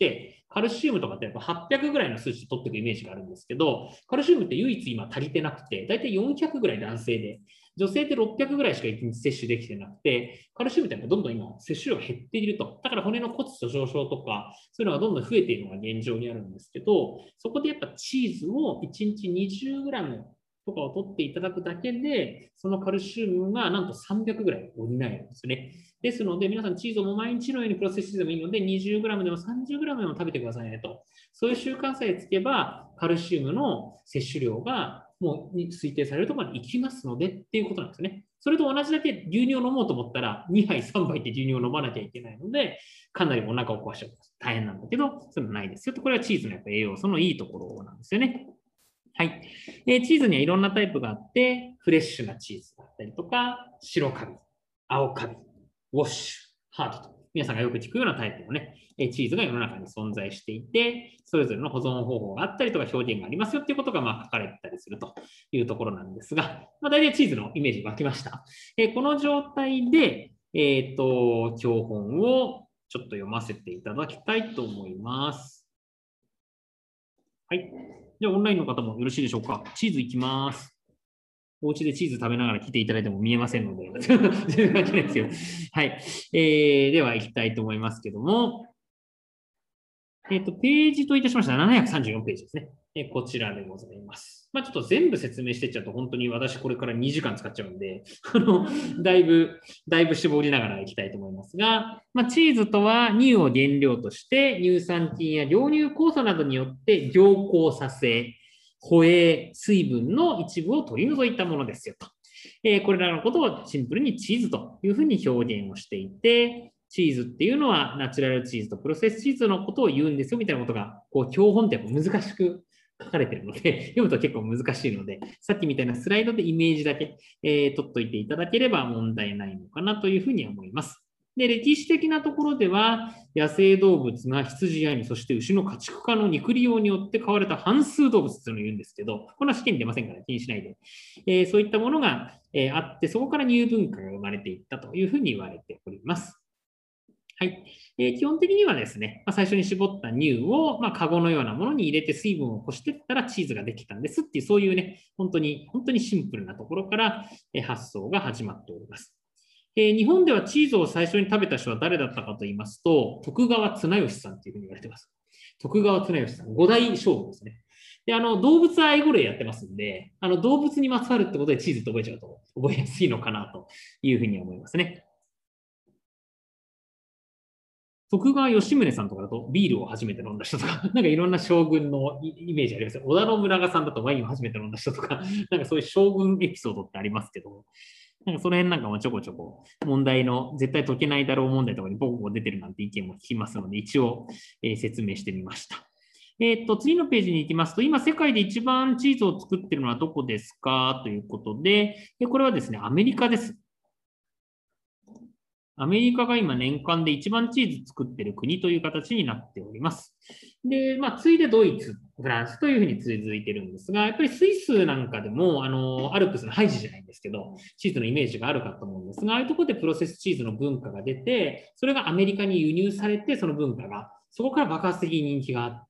カルシウムとかってやっぱ800ぐらいの数値で取っていくイメージがあるんですけど、カルシウムって唯一今足りてなくて、だいたい400ぐらい男性で、女性って600ぐらいしか1日摂取できてなくて、カルシウムってどんどん今摂取量が減っていると。だから骨の骨粗しょう症とか、そういうのがどんどん増えているのが現状にあるんですけど、そこでやっぱチーズを1日20gとかを取っていただくだけで、そのカルシウムがなんと300ぐらい補えるんですね。ですので、皆さんチーズをもう毎日のようにプロセスチーズでもいいので、20g でも 30g でも食べてくださいねと。そういう習慣さえつけば、カルシウムの摂取量がもう推定されるところまでいきますのでっていうことなんですね。それと同じだけ牛乳を飲もうと思ったら、2杯、3杯って牛乳を飲まなきゃいけないので、かなりお腹を壊しちゃう。大変なんだけど、そういうのないですよと。これはチーズのやっぱ栄養素のいいところなんですよね。はい。チーズにはいろんなタイプがあって、フレッシュなチーズだったりとか、白カビ、青カビ、ウォッシュ、ハードと、皆さんがよく聞くようなタイプのね、チーズが世の中に存在していて、それぞれの保存方法があったりとか表現がありますよっていうことが書かれてたりするというところなんですが、大体チーズのイメージ湧きました。この状態で、教本をちょっと読ませていただきたいと思います。はい。じゃあ、オンラインの方もよろしいでしょうか。チーズいきます。お家でチーズ食べながら来ていただいても見えませんので、全然関係ないですけど。はい。では、行きたいと思いますけども、ページといたしましては734ページですね。こちらでございます。ちょっと全部説明していっちゃうと、本当に私これから2時間使っちゃうんで、だいぶ絞りながらいきたいと思いますが、チーズとは乳を原料として乳酸菌や凝乳酵素などによって凝固させ、保栄、水分の一部を取り除いたものですよと。これらのことをシンプルにチーズというふうに表現をしていて、チーズっていうのはナチュラルチーズとプロセスチーズのことを言うんですよみたいなことが、教本って難しく書かれているので、読むと結構難しいので、さっきみたいなスライドでイメージだけ、取っといていただければ問題ないのかなというふうに思います。で、歴史的なところでは、野生動物が羊やに、そして牛の家畜化の肉利用によって飼われた半数動物というのを言うんですけど、これは試験に出ませんから気にしないで、そういったものが、あって、そこから乳文化が生まれていったというふうに言われております。はい。基本的にはですね、最初に絞った乳を、カゴのようなものに入れて水分をこしていったらチーズができたんですっていう、そういうね、本当にシンプルなところから発想が始まっております。日本ではチーズを最初に食べた人は誰だったかと言いますと、徳川綱吉さんというふうに言われています。徳川綱吉さん、五代将軍ですね。で、動物愛護例やってますんで、動物にまつわるってことでチーズって覚えちゃうと覚えやすいのかなというふうに思いますね。徳川吉宗さんとかだとビールを初めて飲んだ人とか、なんかいろんな将軍のイメージありますよ。織田信長さんだとワインを初めて飲んだ人とか、なんかそういう将軍エピソードってありますけど、なんかその辺なんかもちょこちょこ問題の絶対解けないだろう問題とかにボコボコ出てるなんて意見も聞きますので、一応、説明してみました。次のページに行きますと、今世界で一番チーズを作っているのはどこですかということで、これはですね、アメリカです。 アメリカが今年間で一番チーズ作ってる国という形になっております。で、次いでドイツ、フランスというふうに続いてるんですが、やっぱりスイスなんかでも、アルプスのハイジじゃないんですけど、チーズのイメージがあるかと思うんですが、ああいうところでプロセスチーズの文化が出て、それがアメリカに輸入されて、その文化が、そこから爆発的に人気があって、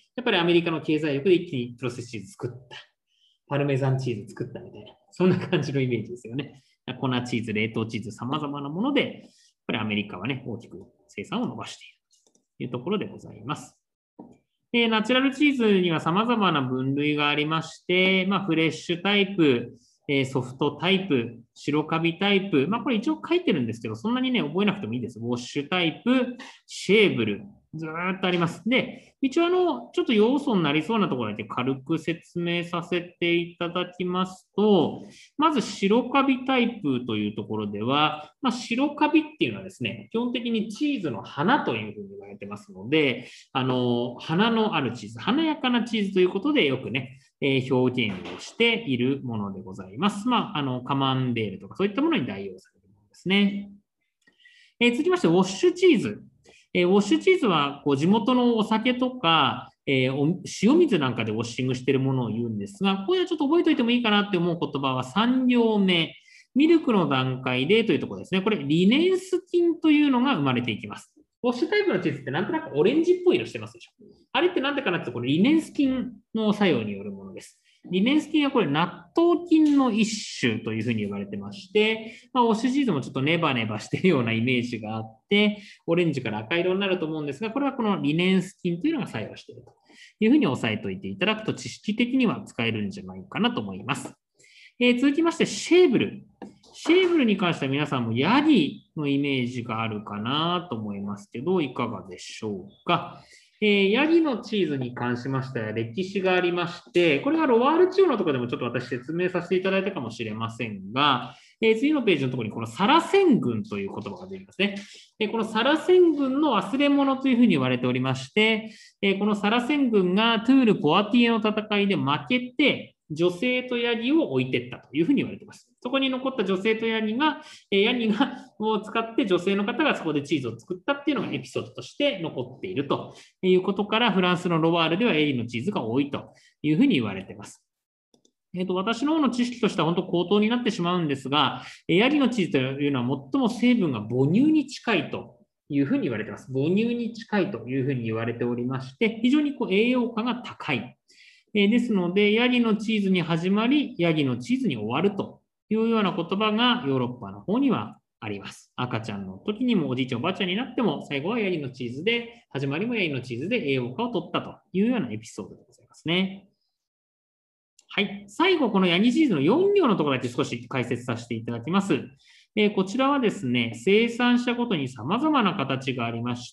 やっぱりアメリカの経済力で一気にプロセスチーズ作った。パルメザンチーズ作ったみたいな、そんな感じのイメージですよね。粉チーズ、冷凍チーズ、様々なもので、やっぱりアメリカはね、大きく生産を伸ばしているというところでございます。ナチュラルチーズには様々な分類がありまして、フレッシュタイプ、ソフトタイプ、白カビタイプ、これ一応書いてるんですけど、そんなにね、覚えなくてもいいです。ウォッシュタイプ、シェーブル、ずーっとあります。で、一応ちょっと要素になりそうなところだけ軽く説明させていただきますと、まず白カビタイプというところでは、白カビっていうのはですね、基本的にチーズの花というふうに言われてますので、花のあるチーズ、華やかなチーズということでよくね、表現をしているものでございます。カマンベールとかそういったものに代用されるものですね。続きまして、ウォッシュチーズ。ウォッシュチーズは地元のお酒とか、塩水なんかでウォッシングしているものを言うんですが、これはちょっと覚えておいてもいいかなって思う言葉は3行目。ミルクの段階でというところですね。これ、リネンス菌というのが生まれていきます。ウォッシュタイプのチーズってなんとなくオレンジっぽい色してますでしょ。あれってなんでかなって、これリネンス菌の作用によるものです。リネンス菌はこれ納豆菌の一種というふうに言われてまして、ウォッシュチーズもちょっとネバネバしているようなイメージがあって、オレンジから赤色になると思うんですが、これはこのリネンス菌というのが作用しているというふうに押さえておいていただくと知識的には使えるんじゃないかなと思います。続きまして、シェーブル。シェーブルに関しては皆さんもヤギのイメージがあるかなと思いますけど、いかがでしょうか。ヤギのチーズに関しましては歴史がありまして、これはロワール地方のところでもちょっと私説明させていただいたかもしれませんが、次のページのところにこのサラセン軍という言葉が出てきますね。このサラセン軍の忘れ物というふうに言われておりまして、このサラセン軍がトゥール・ポアティエの戦いで負けて、女性とヤギを置いていったというふうに言われています。そこに残った女性とヤギがを使って女性の方がそこでチーズを作ったっていうのがエピソードとして残っているということから、フランスのロワールではエリのチーズが多いというふうに言われています。私の方の知識としては本当口頭になってしまうんですが、ヤギのチーズというのは最も成分が母乳に近いというふうに言われています。母乳に近いというふうに言われておりまして、非常に栄養価が高い。ですので、ヤギのチーズに始まり、ヤギのチーズに終わるというような言葉がヨーロッパの方にはあります。赤ちゃんの時にもおじいちゃんおばあちゃんになっても、最後はヤギのチーズで、始まりもヤギのチーズで栄養価を取ったというようなエピソードでございますね。はい。最後、このヤギチーズの4行のところだけ少し解説させていただきます。こちらはですね、生産者ごとに様々な形がありまして、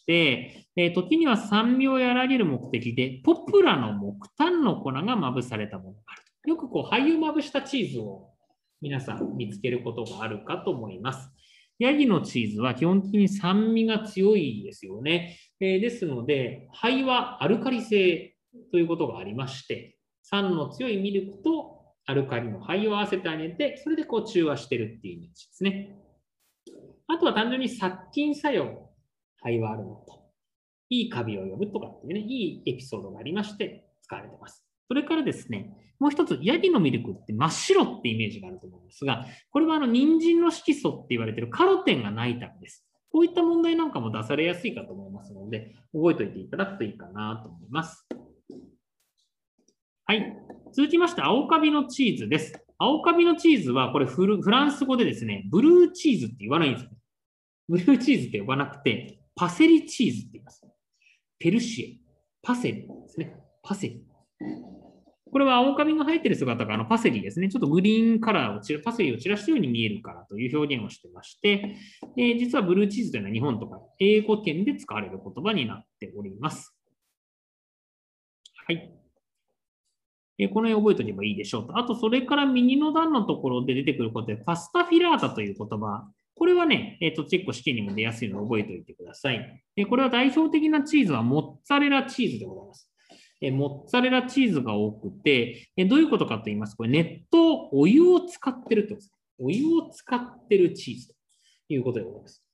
時には酸味を和らげる目的で、ポプラの木炭の粉がまぶされたものがある。よく灰をまぶしたチーズを皆さん見つけることがあるかと思います。ヤギのチーズは基本的に酸味が強いですよね。ですので、灰はアルカリ性ということがありまして、酸の強いミルクとアルカリの灰を合わせてあげて、それで中和してるっていうイメージですね。あとは単純に殺菌作用、灰はあるのと、いいカビを呼ぶとかっていうね、いいエピソードがありまして使われています。それからですね、もう一つ、ヤギのミルクって真っ白ってイメージがあると思うんですが、これは人参の色素って言われているカロテンがないためです。こういった問題なんかも出されやすいかと思いますので、覚えておいていただくといいかなと思います。はい。続きまして、青カビのチーズです。青カビのチーズは、これフランス語でですね、ブルーチーズって言わないんですよ。ブルーチーズって呼ばなくて、パセリチーズって言います。ペルシエ、パセリですね。パセリ。これは青カビが生えてる姿がパセリですね。ちょっとグリーンカラーをパセリを散らしたように見えるからという表現をしてまして、実はブルーチーズというのは日本とか英語圏で使われる言葉になっております。はい。この辺覚えておけばいいでしょうと。あと、それから右の段のところで出てくることで、パスタフィラータという言葉。これはね、結構試験にも出やすいので覚えておいてください。これは代表的なチーズはモッツァレラチーズでございます。モッツァレラチーズが多くて、どういうことかと言いますと、これ熱湯、お湯を使ってるってことです。お湯を使ってるチーズということでございます。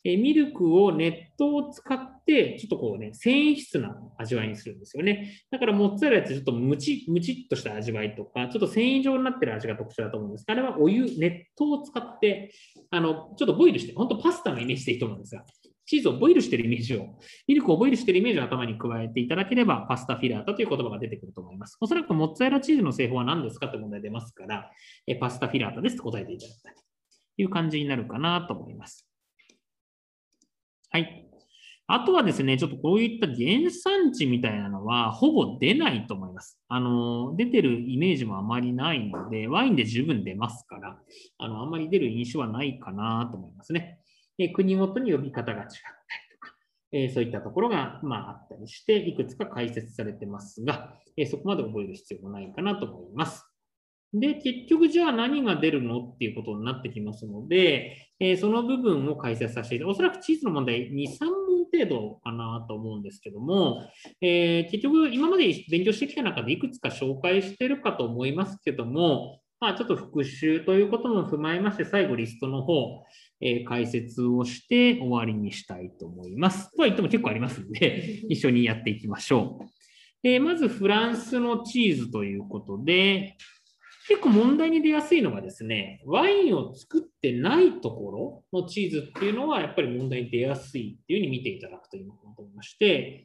ミルクを熱湯を使って、ちょっとこうね、繊維質な味わいにするんですよね。だからモッツァレラってちょっとムチっとした味わいとか、ちょっと繊維状になってる味が特徴だと思うんですが、あれは熱湯を使って、ちょっとボイルして、本当パスタのイメージでいいと思うんですが、チーズをボイルしてるイメージを、ミルクをボイルしてるイメージを頭に加えていただければ、パスタフィラータという言葉が出てくると思います。おそらくモッツァレラチーズの製法は何ですかという問題出ますから、パスタフィラータですと答えていただきたいという感じになるかなと思います。はい。あとはですね、ちょっとこういった原産地みたいなのは、ほぼ出ないと思います。出てるイメージもあまりないので、ワインで十分出ますから、あんまり出る印象はないかなと思いますね。国ごとに呼び方が違ったりとか、そういったところが、あったりして、いくつか解説されてますが、そこまで覚える必要もないかなと思います。で、結局じゃあ何が出るのっていうことになってきますので、その部分を解説させていただきます。おそらくチーズの問題2、3問程度かなと思うんですけども、結局今まで勉強してきた中でいくつか紹介しているかと思いますけども、ちょっと復習ということも踏まえまして、最後リストの方、解説をして終わりにしたいと思います。とは言っても結構ありますので、一緒にやっていきましょう。まずフランスのチーズということで、結構問題に出やすいのがですね、ワインを作ってないところのチーズっていうのはやっぱり問題に出やすいっていうふうに見ていただくといいのかなと思いまして、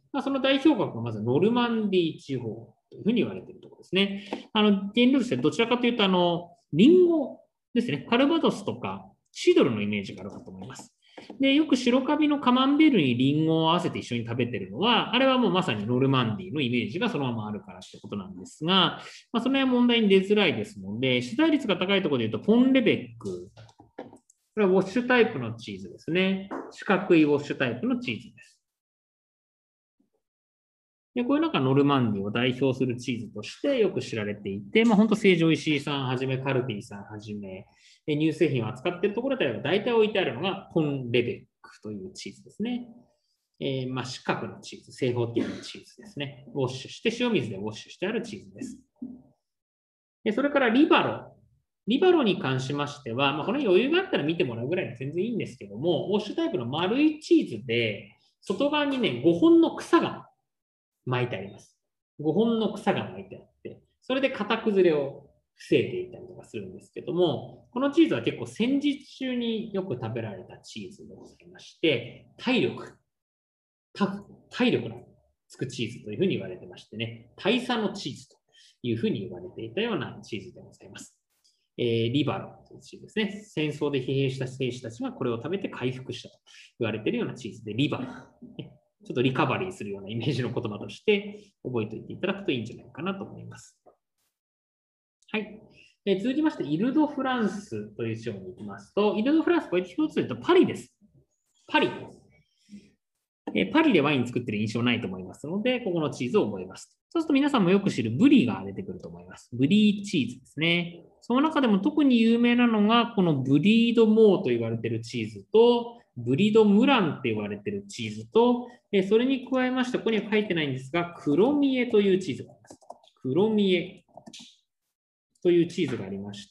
その代表格がまずノルマンディー地方というふうに言われているところですね。原料としてどちらかというと、リンゴですね、カルバドスとかシドルのイメージがあるかと思います。で、よく白カビのカマンベールにリンゴを合わせて一緒に食べてるのは、あれはもうまさにノルマンディーのイメージがそのままあるからってことなんですが、その辺問題に出づらいですので、取材率が高いところで言うと、ポンレベック。これはウォッシュタイプのチーズですね。四角いウォッシュタイプのチーズです。で、これなんかノルマンディを代表するチーズとしてよく知られていて、本当成城石井さんはじめ、カルビーさんはじめ、乳製品を扱っているところで大体置いてあるのがポンレベックというチーズですね。四角のチーズ、正方形のチーズですね。ウォッシュして、塩水でウォッシュしてあるチーズです。それからリバロ。リバロに関しましては、この余裕があったら見てもらうぐらいで全然いいんですけども、ウォッシュタイプの丸いチーズで、外側にね、5本の草が巻いてあります。5本の草が巻いてあって、それで型崩れを防いでいたりとかするんですけども、このチーズは結構戦時中によく食べられたチーズでございまして、体力のつくチーズというふうに言われてましてね、大佐のチーズというふうに言われていたようなチーズでございます。リバロというチーズですね。戦争で疲弊した兵士たちがこれを食べて回復したと言われているようなチーズで、リバロ。ちょっとリカバリーするようなイメージの言葉として覚えておいていただくといいんじゃないかなと思います。はい。続きまして、イルド・フランスという章に行きますと、イルド・フランス、これ一つ言うとパリです。パリ。パリでワイン作ってる印象ないと思いますので、ここのチーズを覚えます。そうすると皆さんもよく知るブリが出てくると思います。ブリーチーズですね。その中でも特に有名なのが、このブリードモーと言われているチーズと、ブリードムランって言われているチーズと、それに加えまして、ここには書いてないんですが、クロミエというチーズがあります。クロミエというチーズがありまして、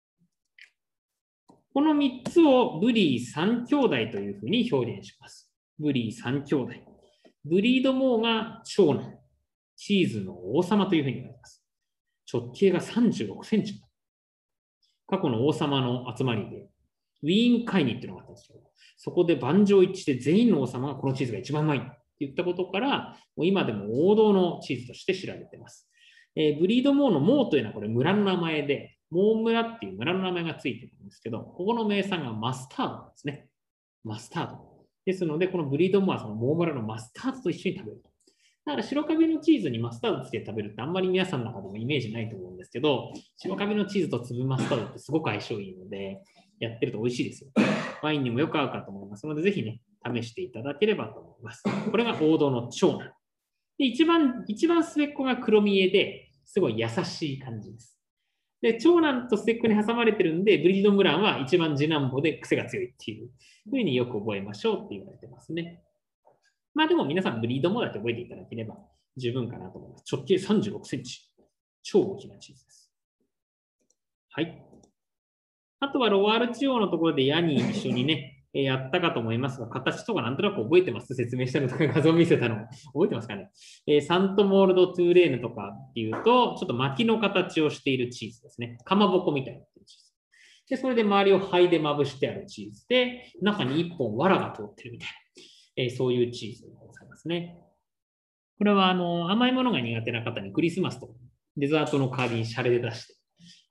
この3つをブリー3兄弟というふうに表現します。ブリー3兄弟。ブリードモーが長男。チーズの王様というふうに言われます。直径が36センチ。過去の王様の集まりで、ウィーン会議っていうのがあったんですよ。そこで万丈一致で全員の王様がこのチーズが一番うまいって言ったことから、もう今でも王道のチーズとして知られています。ブリードモーのモーというのはこれ村の名前で、モー村っていう村の名前がついてるんですけど、ここの名産がマスタードなんですね。マスタード。ですので、このブリードモアはそのモー村のマスタードと一緒に食べると。だから白カビのチーズにマスタードつけて食べるってあんまり皆さんの中でもイメージないと思うんですけど、白カビのチーズと粒マスタードってすごく相性いいので、やってると美味しいですよ。ワインにもよく合うかと思いますので、ぜひね、試していただければと思います。これが王道の長男。で、一番末っ子が黒見えで、すごい優しい感じです。で、長男と末っ子に挟まれてるんで、ブリードムランは一番次男坊で癖が強いっていうふうによく覚えましょうって言われてますね。でも皆さんブリードモーだって覚えていただければ十分かなと思います。直径36センチ。超大きなチーズです。はい。あとはロワール地方のところでヤに一緒にね、 やったかと思いますが、形とかなんとなく覚えてます？説明したのとか画像見せたの覚えてますかね？サントモールド・トゥーレーヌとかっていうと、ちょっと薪の形をしているチーズですね。かまぼこみたいなチーズ。で、それで周りを灰でまぶしてあるチーズで、中に1本藁が通ってるみたいな、そういうチーズでございますね。これは甘いものが苦手な方にクリスマスとデザートの代わりにシャレで出して、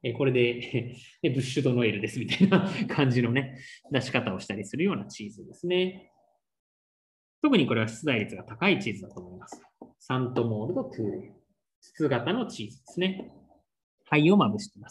これでブッシュドノエルですみたいな感じのね、出し方をしたりするようなチーズですね。特にこれは出題率が高いチーズだと思います。サントモールドトゥーレイ。筒型のチーズですね。灰をまぶしています。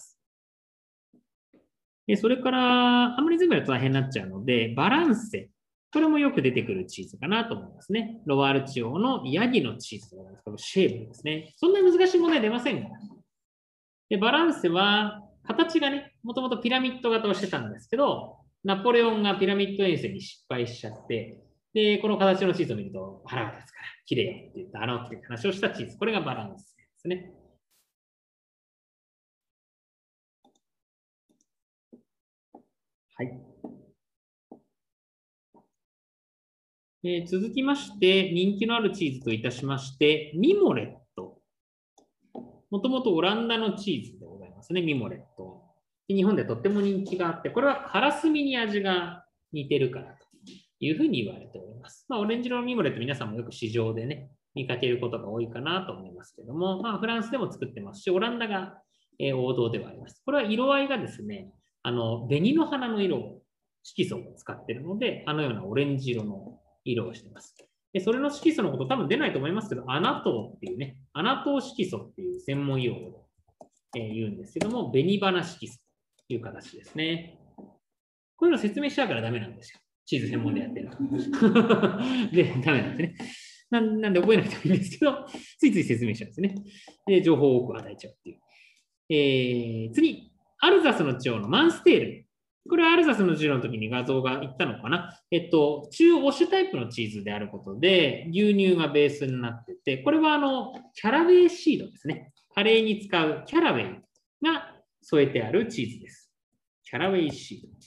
それから、あんまり全部やると大変になっちゃうので、バランセ。これもよく出てくるチーズかなと思いますね。ロワール地方のヤギのチーズでございます。このシェーブですね。そんな難しい問題出ませんから。で、バランセは、形がね、もともとピラミッド型をしてたんですけど、ナポレオンがピラミッド遠征に失敗しちゃって、で、この形のチーズを見ると腹が立つから、綺麗よって言ったっていう話をしたチーズ。これがバランセですね。はい。続きまして、人気のあるチーズといたしまして、ミモレット。もともとオランダのチーズでございますね、ミモレット。日本でとっても人気があって、これはカラスミに味が似てるからというふうに言われております。オレンジ色のミモレット、皆さんもよく市場でね、見かけることが多いかなと思いますけども、フランスでも作ってますし、オランダが王道ではあります。これは色合いがですね、紅の花の色を色素を使っているので、あのようなオレンジ色の色をしています。で、それの色素のこと多分出ないと思いますけど、アナトーっていうね、アナトー色素っていう専門用語で、言うんですけども、紅花色素という形ですね。こういうの説明しちゃうからダメなんですよ。チーズ専門でやってると。で、ダメなんですね。なんで覚えなくてもいいんですけど、ついつい説明しちゃうんですね。で、情報を多く与えちゃうっていう。次、アルザスの地方のマンステール。これはアルザスの地方の時に画像がいったのかな。中央ウォッシュタイプのチーズであることで、牛乳がベースになってて、これはキャラウェイシードですね。カレーに使うキャラウェイが添えてあるチーズです。キャラウェイシード。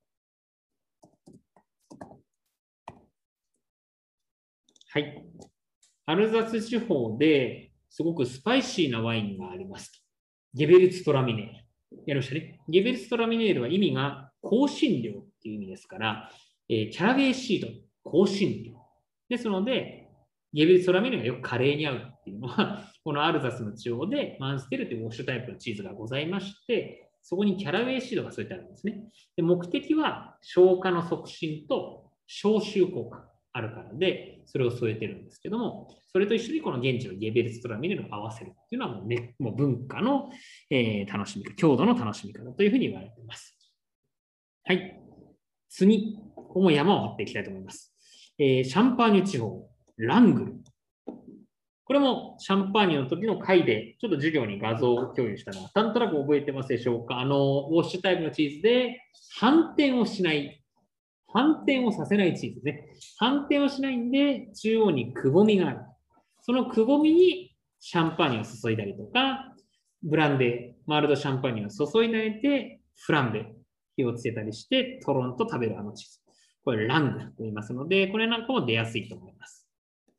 はい。アルザス地方ですごくスパイシーなワインがあります。ゲベルツトラミネール。やりましたね。ゲベルツトラミネールは意味が香辛料っていう意味ですから、キャラベーシード、香辛料。ですので、ゲベルツトラミネールがよくカレーに合うっていうのは、このアルザスの地方でマンステルというウォッシュタイプのチーズがございまして、そこにキャラベーシードが添えてあるんですね。で、目的は消化の促進と消臭効果。あるからで、それを添えてるんですけども、それと一緒にこの現地のゲベルツトラミネルを合わせるっていうのはもう文化の、楽しみ方、郷土の楽しみ方というふうに言われています。はい。次、ここも山を張っていきたいと思います。シャンパーニュ地方、ラングル。これもシャンパーニュの時の回で、ちょっと授業に画像を共有したのは、なんとなく覚えてますでしょうか。ウォッシュタイプのチーズで反転をしない。反転をさせないチーズですね。反転をしないんで、中央にくぼみがある。そのくぼみにシャンパーニュを注いだりとか、ブランデー、マールドシャンパーニュを注いでて、フランベ、火をつけたりして、トロンと食べるチーズ。これラングと言いますので、これなんかも出やすいと思います。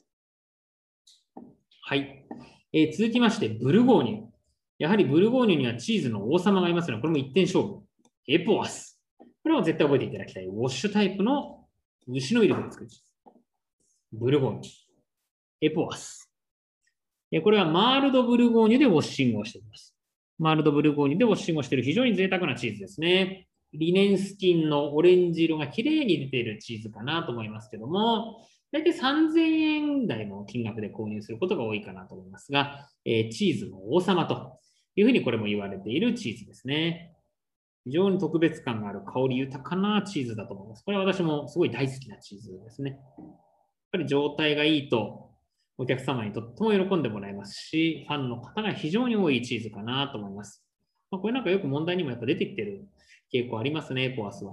はい。続きまして、ブルゴーニュ。やはりブルゴーニュにはチーズの王様がいますので、これも一点勝負。エポアス。これを絶対覚えていただきたい。ウォッシュタイプの牛のミルクで作るチーズ。ブルゴーニュ。エポアス。これはマールドブルゴーニュでウォッシングをしています。マールドブルゴーニュでウォッシングをしている非常に贅沢なチーズですね。リネンスキンのオレンジ色が綺麗に出ているチーズかなと思いますけども、大体3000円台の金額で購入することが多いかなと思いますが、チーズの王様というふうにこれも言われているチーズですね。非常に特別感がある香り豊かなチーズだと思います。これは私もすごい大好きなチーズですね。やっぱり状態がいいとお客様にとっても喜んでもらえますし、ファンの方が非常に多いチーズかなと思います。これなんかよく問題にもやっぱ出てきてる傾向ありますね、ポアスは。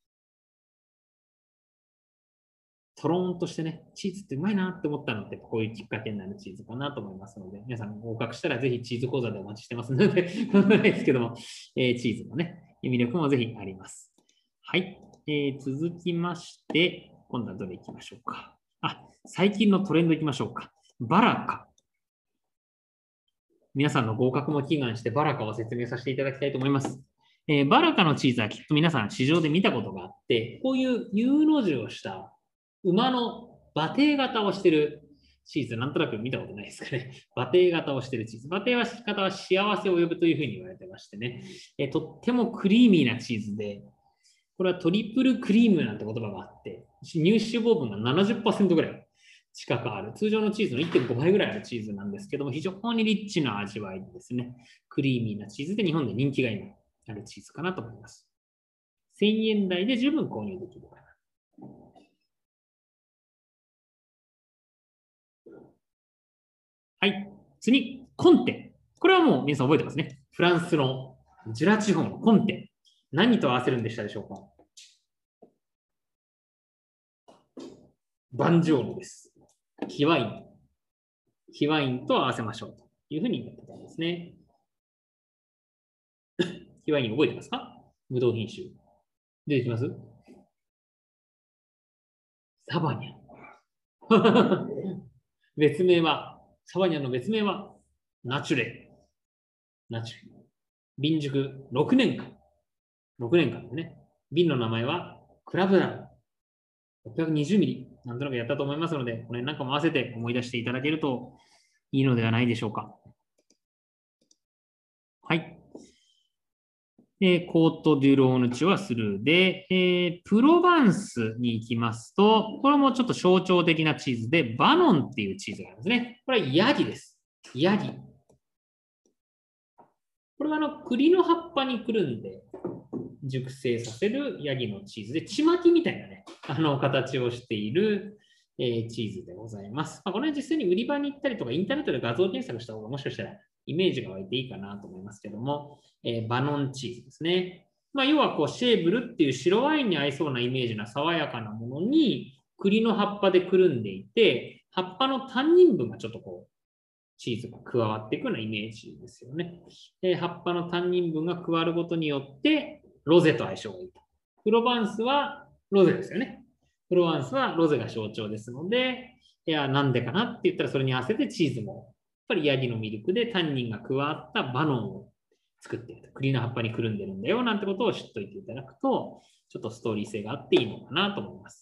トローンとしてね、チーズってうまいなって思ったのって、こういうきっかけになるチーズかなと思いますので、皆さん合格したらぜひチーズ講座でお待ちしてますので、ないですけども、チーズのね、魅力もぜひあります。はい。 続きまして、今度はどれいきましょうか。最近のトレンドいきましょうか。バラカ。皆さんの合格も祈願してバラカを説明させていただきたいと思います。バラカのチーズはきっと皆さん市場で見たことがあって、こういう U の字をした馬の馬蹄型をしているチーズ、なんとなく見たことないですかね。馬蹄型をしているチーズ。馬蹄型は幸せを呼ぶというふうに言われてましてね、とってもクリーミーなチーズで、これはトリプルクリームなんて言葉があって、乳脂肪分が 70% ぐらい近くある。通常のチーズの 1.5 倍ぐらいあるチーズなんですけども、非常にリッチな味わいですね。クリーミーなチーズで日本で人気が今あるチーズかなと思います。1000円台で十分購入できるかな。はい。次、コンテ。これはもう皆さん覚えてますね。フランスのジュラ地方のコンテ。何と合わせるんでしたでしょうか。バンジョーノです。キワイン。キワインと合わせましょうというふうに言ってたんですね。キワイン覚えてますか？ブドウ品種。出てきます？サバニャン。別名は、サバニャンの別名は、ナチュレ。ナチュレ。瓶熟6年間。6年間ですね。瓶の名前は、クラブラン。620ミリ。なんとなくやったと思いますので、これなんかも合わせて思い出していただけるといいのではないでしょうか。はい。コート・デュ・ローヌ地はスルーで、プロバンスに行きますと、これもちょっと象徴的なチーズで、バノンっていうチーズがあるんですね。これはヤギです。ヤギ。これは栗の葉っぱにくるんで熟成させるヤギのチーズで、ちまきみたいなね、形をしている、チーズでございます。この辺実際に売り場に行ったりとか、インターネットで画像検索した方がもしかしたらイメージが湧いていいかなと思いますけども、バノンチーズですね。要はシェーブルっていう白ワインに合いそうなイメージな爽やかなものに栗の葉っぱでくるんでいて、葉っぱのタンニン分がちょっとチーズが加わっていくようなイメージですよね。葉っぱのタンニン分が加わることによってロゼと相性がいいと。プロバンスはロゼですよね。プロバンスはロゼが象徴ですので、なんでかなって言ったらそれに合わせてチーズも、やっぱりヤギのミルクでタンニンが加わったバノンを作っていると。栗の葉っぱにくるんでるんだよなんてことを知っておいていただくと、ちょっとストーリー性があっていいのかなと思います。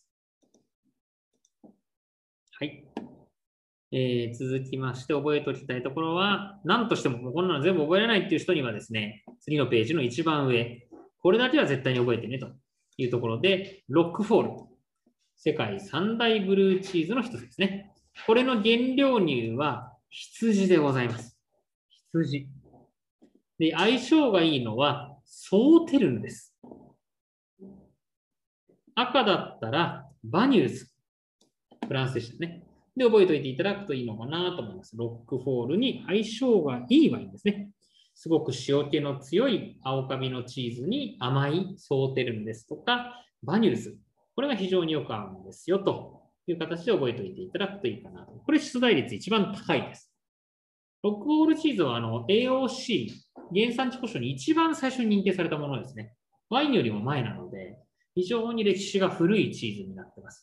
はい。続きまして覚えておきたいところは、何としてもこんなの全部覚えられないっていう人にはですね、次のページの一番上、これだけは絶対に覚えてねというところで、ロックフォール。世界三大ブルーチーズの一つですね。これの原料乳は羊でございます。羊。で、相性がいいのはソーテルヌです。赤だったらバニューズ。フランスでしたね。で、覚えておいていただくといいのかなと思います。ロックフォールに相性がいいワインですね。すごく塩気の強い青カビのチーズに甘いソーテルヌですとか、バニューズ。これが非常によく合うんですよという形で覚えておいていただくといいかなと。これ出題率一番高いです。ロックフォールチーズはAOC、原産地保証に一番最初に認定されたものですね。ワインよりも前なので、非常に歴史が古いチーズになっています。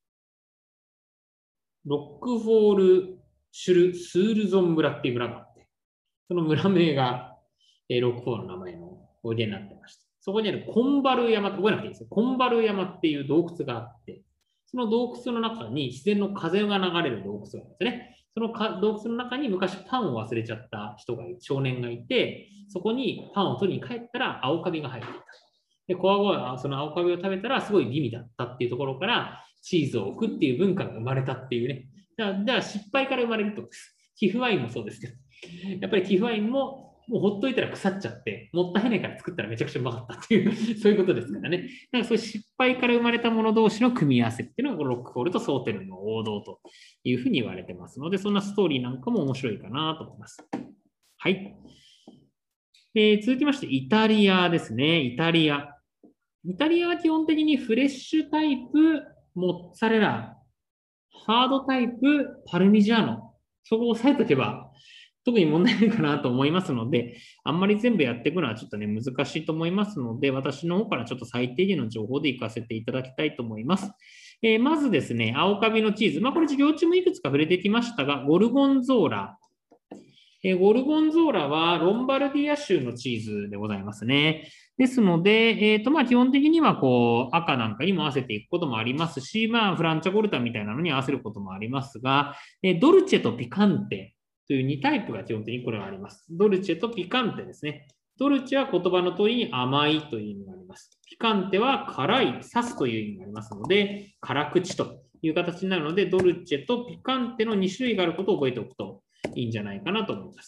ロックフォールシュル・スールゾン村っていう村があって、その村名が、ロックフォールの名前のおいでになってました。そこにあるコンバル山、覚えなくていいですよ。コンバル山っていう洞窟があって、その洞窟の中に自然の風が流れる洞窟があるんですね。その洞窟の中に昔パンを忘れちゃった少年がいて、そこにパンを取りに帰ったら青カビが入っていた。で、コアゴはその青カビを食べたらすごい美味だったっていうところから、チーズを置くっていう文化が生まれたっていうね。だから失敗から生まれるってことです。寄付ワインもそうですけど。やっぱり寄付ワインももうほっといたら腐っちゃって、もったいないから作ったらめちゃくちゃうまかったっていう、そういうことですからね。だからそういう失敗から生まれたもの同士の組み合わせっていうのがロックフォールとソーテルの王道というふうに言われてますので、そんなストーリーなんかも面白いかなと思います。はい。続きまして、イタリアですね。イタリアは基本的にフレッシュタイプ、モッツァレラ、ハードタイプ、パルミジャーノ。そこを押さえておけば特に問題ないかなと思いますので、あんまり全部やっていくのはちょっとね、難しいと思いますので、私の方からちょっと最低限の情報で行かせていただきたいと思います。まずですね、青カビのチーズ。これ授業中もいくつか触れてきましたが、ゴルゴンゾーラ。ゴルゴンゾーラはロンバルディア州のチーズでございますね。ですので、基本的にはこう赤なんかにも合わせていくこともありますし、フランチャゴルタみたいなのに合わせることもありますが、ドルチェとピカンテという2タイプが基本的にこれはあります。ドルチェとピカンテですね。ドルチェは言葉の通りに甘いという意味があります。ピカンテは辛い、刺すという意味がありますので、辛口という形になるので、ドルチェとピカンテの2種類があることを覚えておくといいんじゃないかなと思います。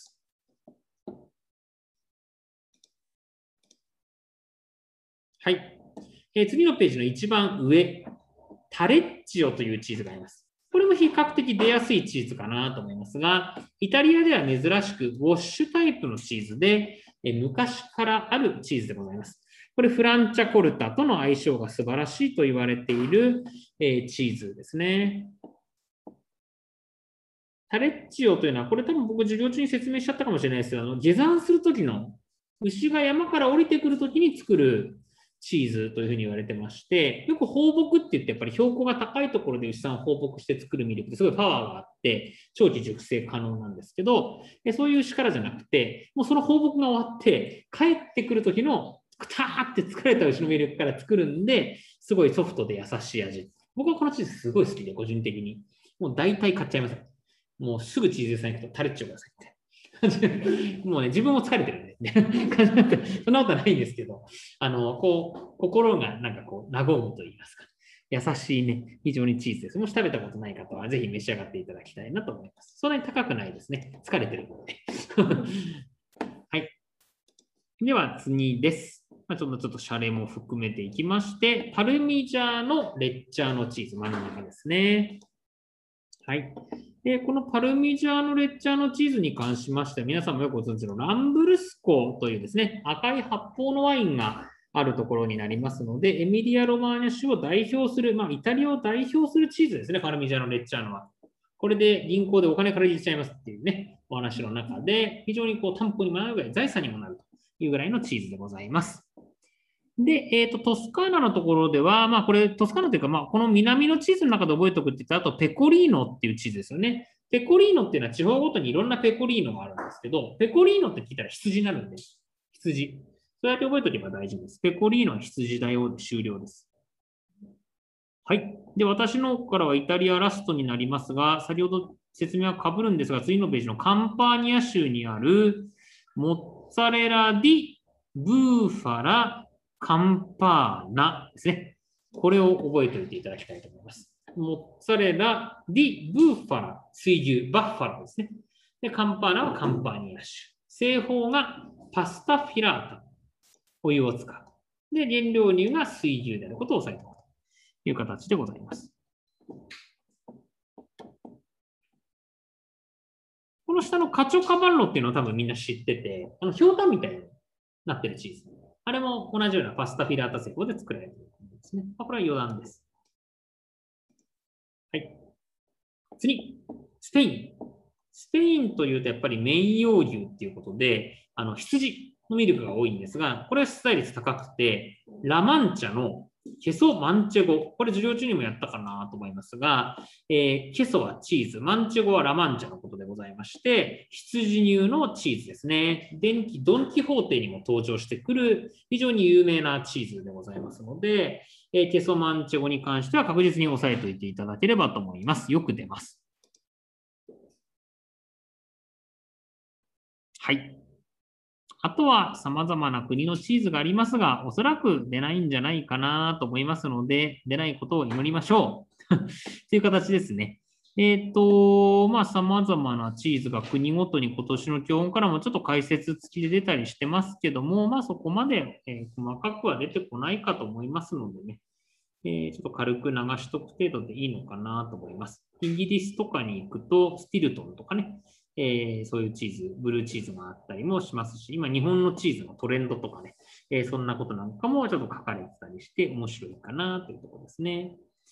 はい。次のページの一番上、タレッジオというチーズがあります。これも比較的出やすいチーズかなと思いますが、イタリアでは珍しくウォッシュタイプのチーズで、昔からあるチーズでございます。これフランチャコルタとの相性が素晴らしいと言われている、チーズですね。タレッジオというのは、これ多分僕授業中に説明しちゃったかもしれないですけど、下山するときの、牛が山から降りてくるときに作るチーズというふうに言われてまして、よく放牧って言って、やっぱり標高が高いところで牛さん放牧して作るミルクってすごいパワーがあって、長期熟成可能なんですけど、そういう牛からじゃなくて、もうその放牧が終わって、帰ってくるときの、くたーって疲れた牛のミルクから作るんで、すごいソフトで優しい味。僕はこのチーズすごい好きで、個人的に。もう大体買っちゃいます。もうすぐチーズ屋さん行くとタレッチをくださいって。もうね、自分も疲れてるんで、そんなことはないんですけど、こう、心がなんかこう、和むと言いますか。優しいね、非常にチーズです。もし食べたことない方は、ぜひ召し上がっていただきたいなと思います。そんなに高くないですね。疲れてるので。はい。では次です。ちょっとシャレも含めていきまして、パルミジャーノレッジャーノチーズ、真ん中ですね。はい。で、このパルミジャーノレッジャーノチーズに関しましては、皆さんもよくご存知のランブルスコというですね、赤い発泡のワインがあるところになりますので、エミリア・ロマーニャ州を代表する、イタリアを代表するチーズですね、パルミジャーノレッジャーノは。これで銀行でお金借りちゃいますっていうね、お話の中で、非常にこう担保にもなるぐらい、財産にもなるというぐらいのチーズでございます。で、トスカーナのところでは、これ、トスカーナというか、この南のチーズの中で覚えておくって言ったら、あと、ペコリーノっていうチーズですよね。ペコリーノっていうのは地方ごとにいろんなペコリーノがあるんですけど、ペコリーノって聞いたら羊になるんで、羊。そうやって覚えておけば大丈夫です。ペコリーノは羊だよで終了です。はい。で、私の方からはイタリアラストになりますが、先ほど説明は被るんですが、次のページのカンパーニア州にあるモッツァレラ・ディ・ブーファラ・カンパーナですね。これを覚えておいていただきたいと思います。モッツァレラ・ディ・ブーファラ、水牛、バッファラですね。で、カンパーナはカンパーニア州。製法がパスタフィラータ、お湯を使う。で、原料乳が水牛であることを押さえておくという形でございます。この下のカチョカバンロっていうのは多分みんな知ってて、ひょうたんみたいになってるチーズ。あれも同じようなパスタフィラータ製法で作られているんですね。これは余談です。はい。次、スペイン。スペインというとやっぱり綿羊牛っていうことで、羊のミルクが多いんですが、これは出題率高くて、ラマンチャのケソマンチェゴ、これ授業中にもやったかなと思いますが、ケソはチーズ、マンチェゴはラマンチャのことでございまして、羊乳のチーズですね。ドン・キホーテにも登場してくる非常に有名なチーズでございますので、ケソマンチェゴに関しては確実に押さえておいていただければと思います。よく出ます。はい。あとは様々な国のチーズがありますが、おそらく出ないんじゃないかなと思いますので、出ないことを祈りましょう。という形ですね。様々なチーズが国ごとに今年の教本からもちょっと解説付きで出たりしてますけども、そこまで、細かくは出てこないかと思いますのでね、ちょっと軽く流しとく程度でいいのかなと思います。イギリスとかに行くと、スティルトンとかね、そういうチーズ、ブルーチーズがあったりもしますし、今日本のチーズのトレンドとかね、そんなことなんかもちょっと書かれてたりして面白いかなというところですね。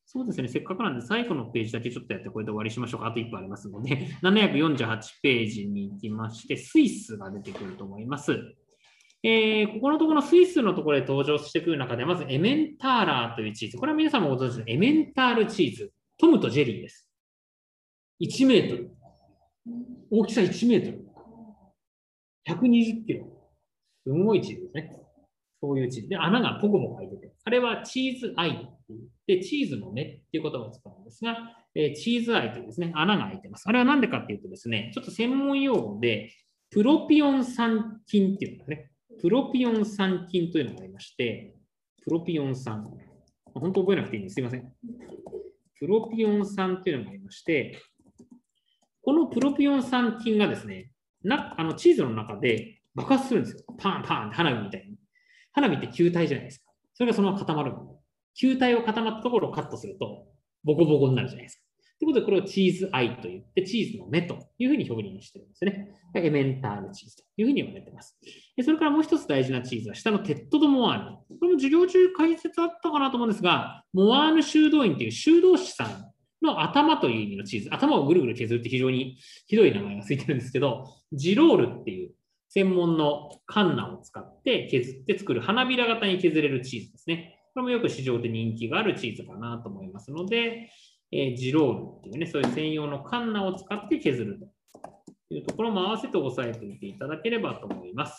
そうですね、せっかくなんで最後のページだけちょっとやってこれで終わりしましょうか。あと1分ありますので、748ページに行きまして、スイスが出てくると思います。ここのところのスイスのところで登場してくる中で、まずエメンターラーというチーズ。これは皆さんもご存知ですね。エメンタールチーズ。トムとジェリーです。1メートル。大きさ1メートル。120キロ。すごいチーズですね。そういうチーズ。で、穴がポコポコ開いてて。あれはチーズアイって言って、チーズの目っていう言葉を使うんですが、チーズアイというですね、穴が開いてます。あれは何でかっていうとですね、ちょっと専門用語で、プロピオン酸菌っていうのがね、プロピオン酸菌というのがありまして、プロピオン酸。本当覚えなくていいんです。すいません。プロピオン酸っていうのがありまして、このプロピオン酸菌がですね、チーズの中で爆発するんですよ。パンパンって花火みたいに。花火って球体じゃないですか。それがそのまま固まるの。球体を固まったところをカットすると、ボコボコになるじゃないですか。ということで、これをチーズアイと言って、チーズの目というふうに表現してるんですね。エメンタールチーズというふうに言われています。それからもう一つ大事なチーズは、下のテッド・ド・モワーヌ。これも授業中解説あったかなと思うんですが、モワーヌ修道院という修道士さんの頭という意味のチーズ。頭をぐるぐる削るって非常にひどい名前がついてるんですけど、ジロールっていう専門のカンナを使って削って作る花びら型に削れるチーズですね。これもよく市場で人気があるチーズかなと思いますので、ジロールっていうね、そういう専用のカンナを使って削るというところも合わせて押さえておいていただければと思います。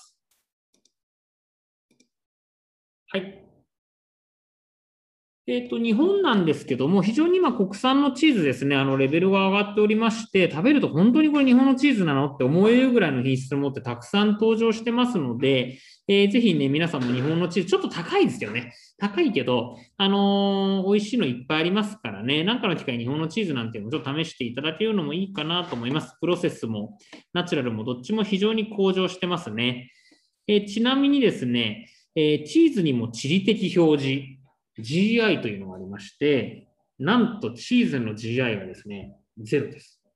はい。日本なんですけども、非常に今国産のチーズですね、レベルが上がっておりまして、食べると本当にこれ日本のチーズなのって思えるぐらいの品質を持ってたくさん登場してますので、ぜひね、皆さんも日本のチーズ、ちょっと高いですよね。高いけど、美味しいのいっぱいありますからね、なんかの機会に日本のチーズなんていうのをちょっと試していただけるのもいいかなと思います。プロセスもナチュラルもどっちも非常に向上してますね。ちなみにですね、チーズにも地理的表示、GI というのがありまして、なんとチーズの GI はですね、ゼロです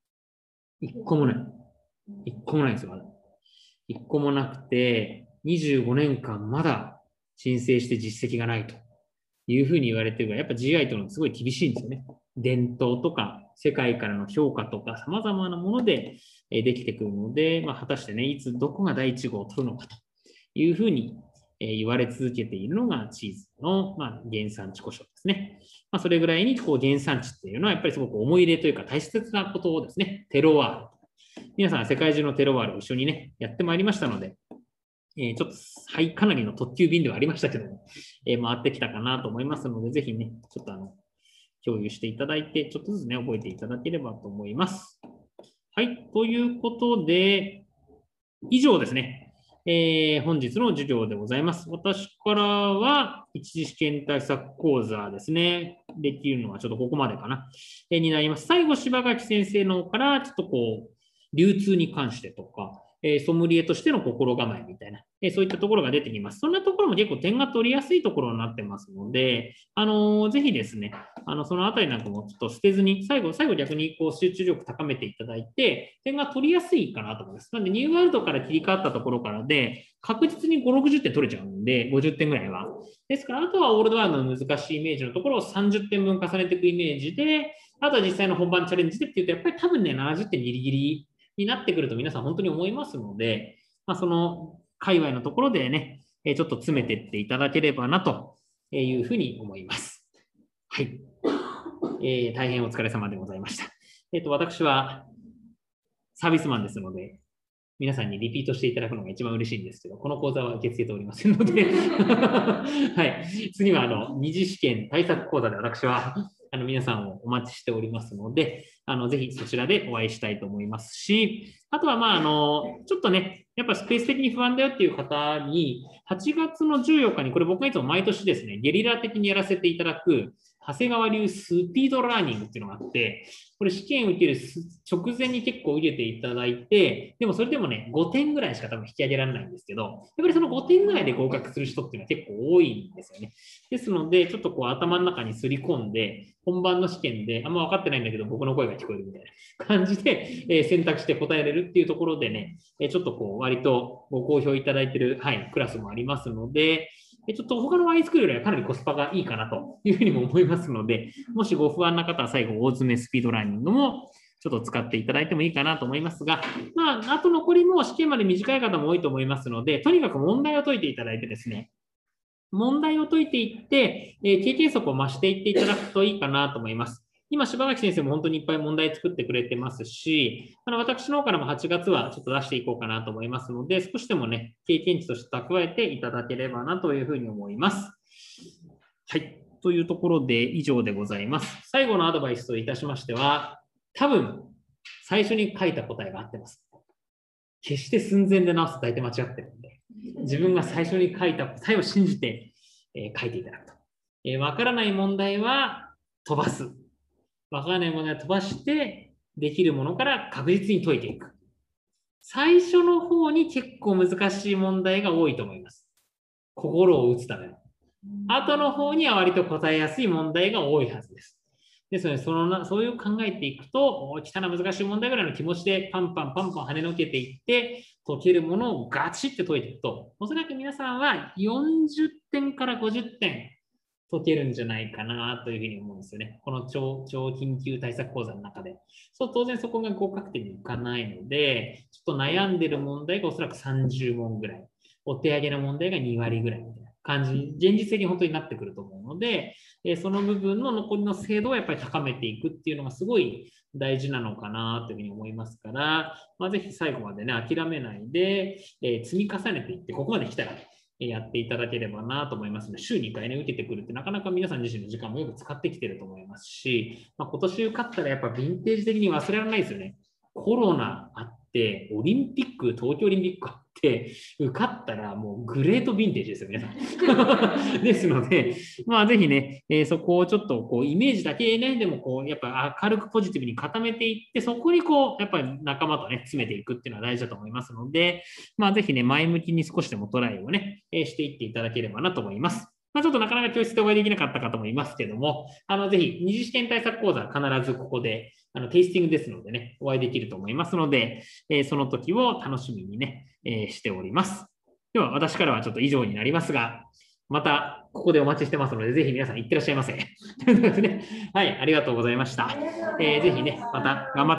。1個もない。1個もないんですよ、まだ。1個もなくて、25年間まだ申請して実績がないというふうに言われてるが、やっぱ GI というのはすごい厳しいんですよね。伝統とか世界からの評価とか様々なものでできてくるので、果たしてね、いつどこが第1号を取るのかというふうに言われ続けているのがチーズの、原産地故障ですね。それぐらいに原産地っていうのはやっぱりすごく思い入れというか大切なことをですね、テロワール。皆さん世界中のテロワールを一緒にね、やってまいりましたので、ちょっと、かなりの特急便ではありましたけども、回ってきたかなと思いますので、ぜひね、ちょっと共有していただいて、ちょっとずつね、覚えていただければと思います。はい、ということで、以上ですね。本日の授業でございます。私からは、一次試験対策講座ですね。できるのはちょっとここまでかな。になります。最後、柴垣先生の方から、ちょっとこう、流通に関してとか、ソムリエとしての心構えみたいな、そういったところが出てきます。そんなところも結構点が取りやすいところになってますので、ぜひですね、そのあたりなんかもちょっと捨てずに、最後逆にこう集中力高めていただいて、点が取りやすいかなと思います。なので、ニューワールドから切り替わったところからで、確実に5、60点取れちゃうんで、50点ぐらいは。ですから、あとはオールドワールドの難しいイメージのところを30点分重ねていくイメージで、あとは実際の本番チャレンジでっていうと、やっぱり多分ね、70点ギリギリになってくると皆さん本当に思いますので、その界隈のところでね、ちょっと詰めていっていただければなというふうに思います。はい。大変お疲れ様でございました。私はサービスマンですので、皆さんにリピートしていただくのが一番嬉しいんですけど、この講座は受け付けておりませんので、はい。次は二次試験対策講座で私は皆さんをお待ちしておりますので、ぜひそちらでお会いしたいと思いますし、あとはちょっとね、やっぱスペース的に不安だよっていう方に、8月の14日に、これ僕がいつも毎年ですね、ゲリラ的にやらせていただく、長谷川流スピードラーニングっていうのがあって、これ試験受ける直前に結構受けていただいて、でもそれでもね、5点ぐらいしか多分引き上げられないんですけど、やっぱりその5点ぐらいで合格する人っていうのは結構多いんですよね。ですので、ちょっとこう頭の中にすり込んで、本番の試験であんま分かってないんだけど、僕の声が聞こえるみたいな感じで、選択して答えれるっていうところでね、ちょっとこう割とご好評いただいている、はい、クラスもありますので、 ちょっと他のワインスクールよりはかなりコスパがいいかなというふうにも思いますので、もしご不安な方は最後、大詰めスピードランニングもちょっと使っていただいてもいいかなと思いますが、まあ、あと残りも試験まで短い方も多いと思いますので、とにかく問題を解いていただいてですね、問題を解いていって、経験則を増していっていただくといいかなと思います。今、柴垣先生も本当にいっぱい問題作ってくれてますし、私の方からも8月はちょっと出していこうかなと思いますので、少しでもね、経験値として蓄えていただければなというふうに思います。はい。というところで以上でございます。最後のアドバイスといたしましては、多分、最初に書いた答えが合ってます。決して寸前で直すと大体間違ってるんで、自分が最初に書いた答えを信じて、書いていただくと。わからない問題は飛ばす。わからない問題は飛ばして、できるものから確実に解いていく。最初の方に結構難しい問題が多いと思います。心を打つための。後の方には割と答えやすい問題が多いはずです。ですので、そういう考えていくと、来たな難しい問題ぐらいの気持ちでパンパン跳ねのけていって、解けるものをガチって解いていくと、おそらく皆さんは40点から50点解けるんじゃないかなというふうに思うんですよね。この超緊急対策講座の中で。そう、当然そこが合格点にいかないので、ちょっと悩んでる問題がおそらく30問ぐらい。お手上げの問題が2割ぐらいみたいな感じ、現実的に本当になってくると思うので、その部分の残りの精度をやっぱり高めていくっていうのがすごい大事なのかなというふうに思いますから、ぜひ最後までね、諦めないで、積み重ねていって、ここまで来たら、やっていただければなと思いますので、週2回ね、受けてくるってなかなか皆さん自身の時間もよく使ってきてると思いますし、今年受かったらやっぱヴィンテージ的に忘れられないですよね。コロナあって、オリンピック、東京オリンピックあって、受かったらもうグレートヴィンテージですよ、皆さん。ですので、ぜひね、そこをちょっとこうイメージだけね、でもやっぱ明るくポジティブに固めていって、そこにやっぱり仲間とね、詰めていくっていうのは大事だと思いますので、ぜひね、前向きに少しでもトライをね、していっていただければなと思います。ちょっとなかなか教室でお会いできなかった方もいますけども、ぜひ二次試験対策講座は必ずここで、テイスティングですのでね、お会いできると思いますので、その時を楽しみにね、しております。では、私からはちょっと以上になりますが、またここでお待ちしてますので、ぜひ皆さん行ってらっしゃいませ。はい、ありがとうございました。ぜひね、また頑張って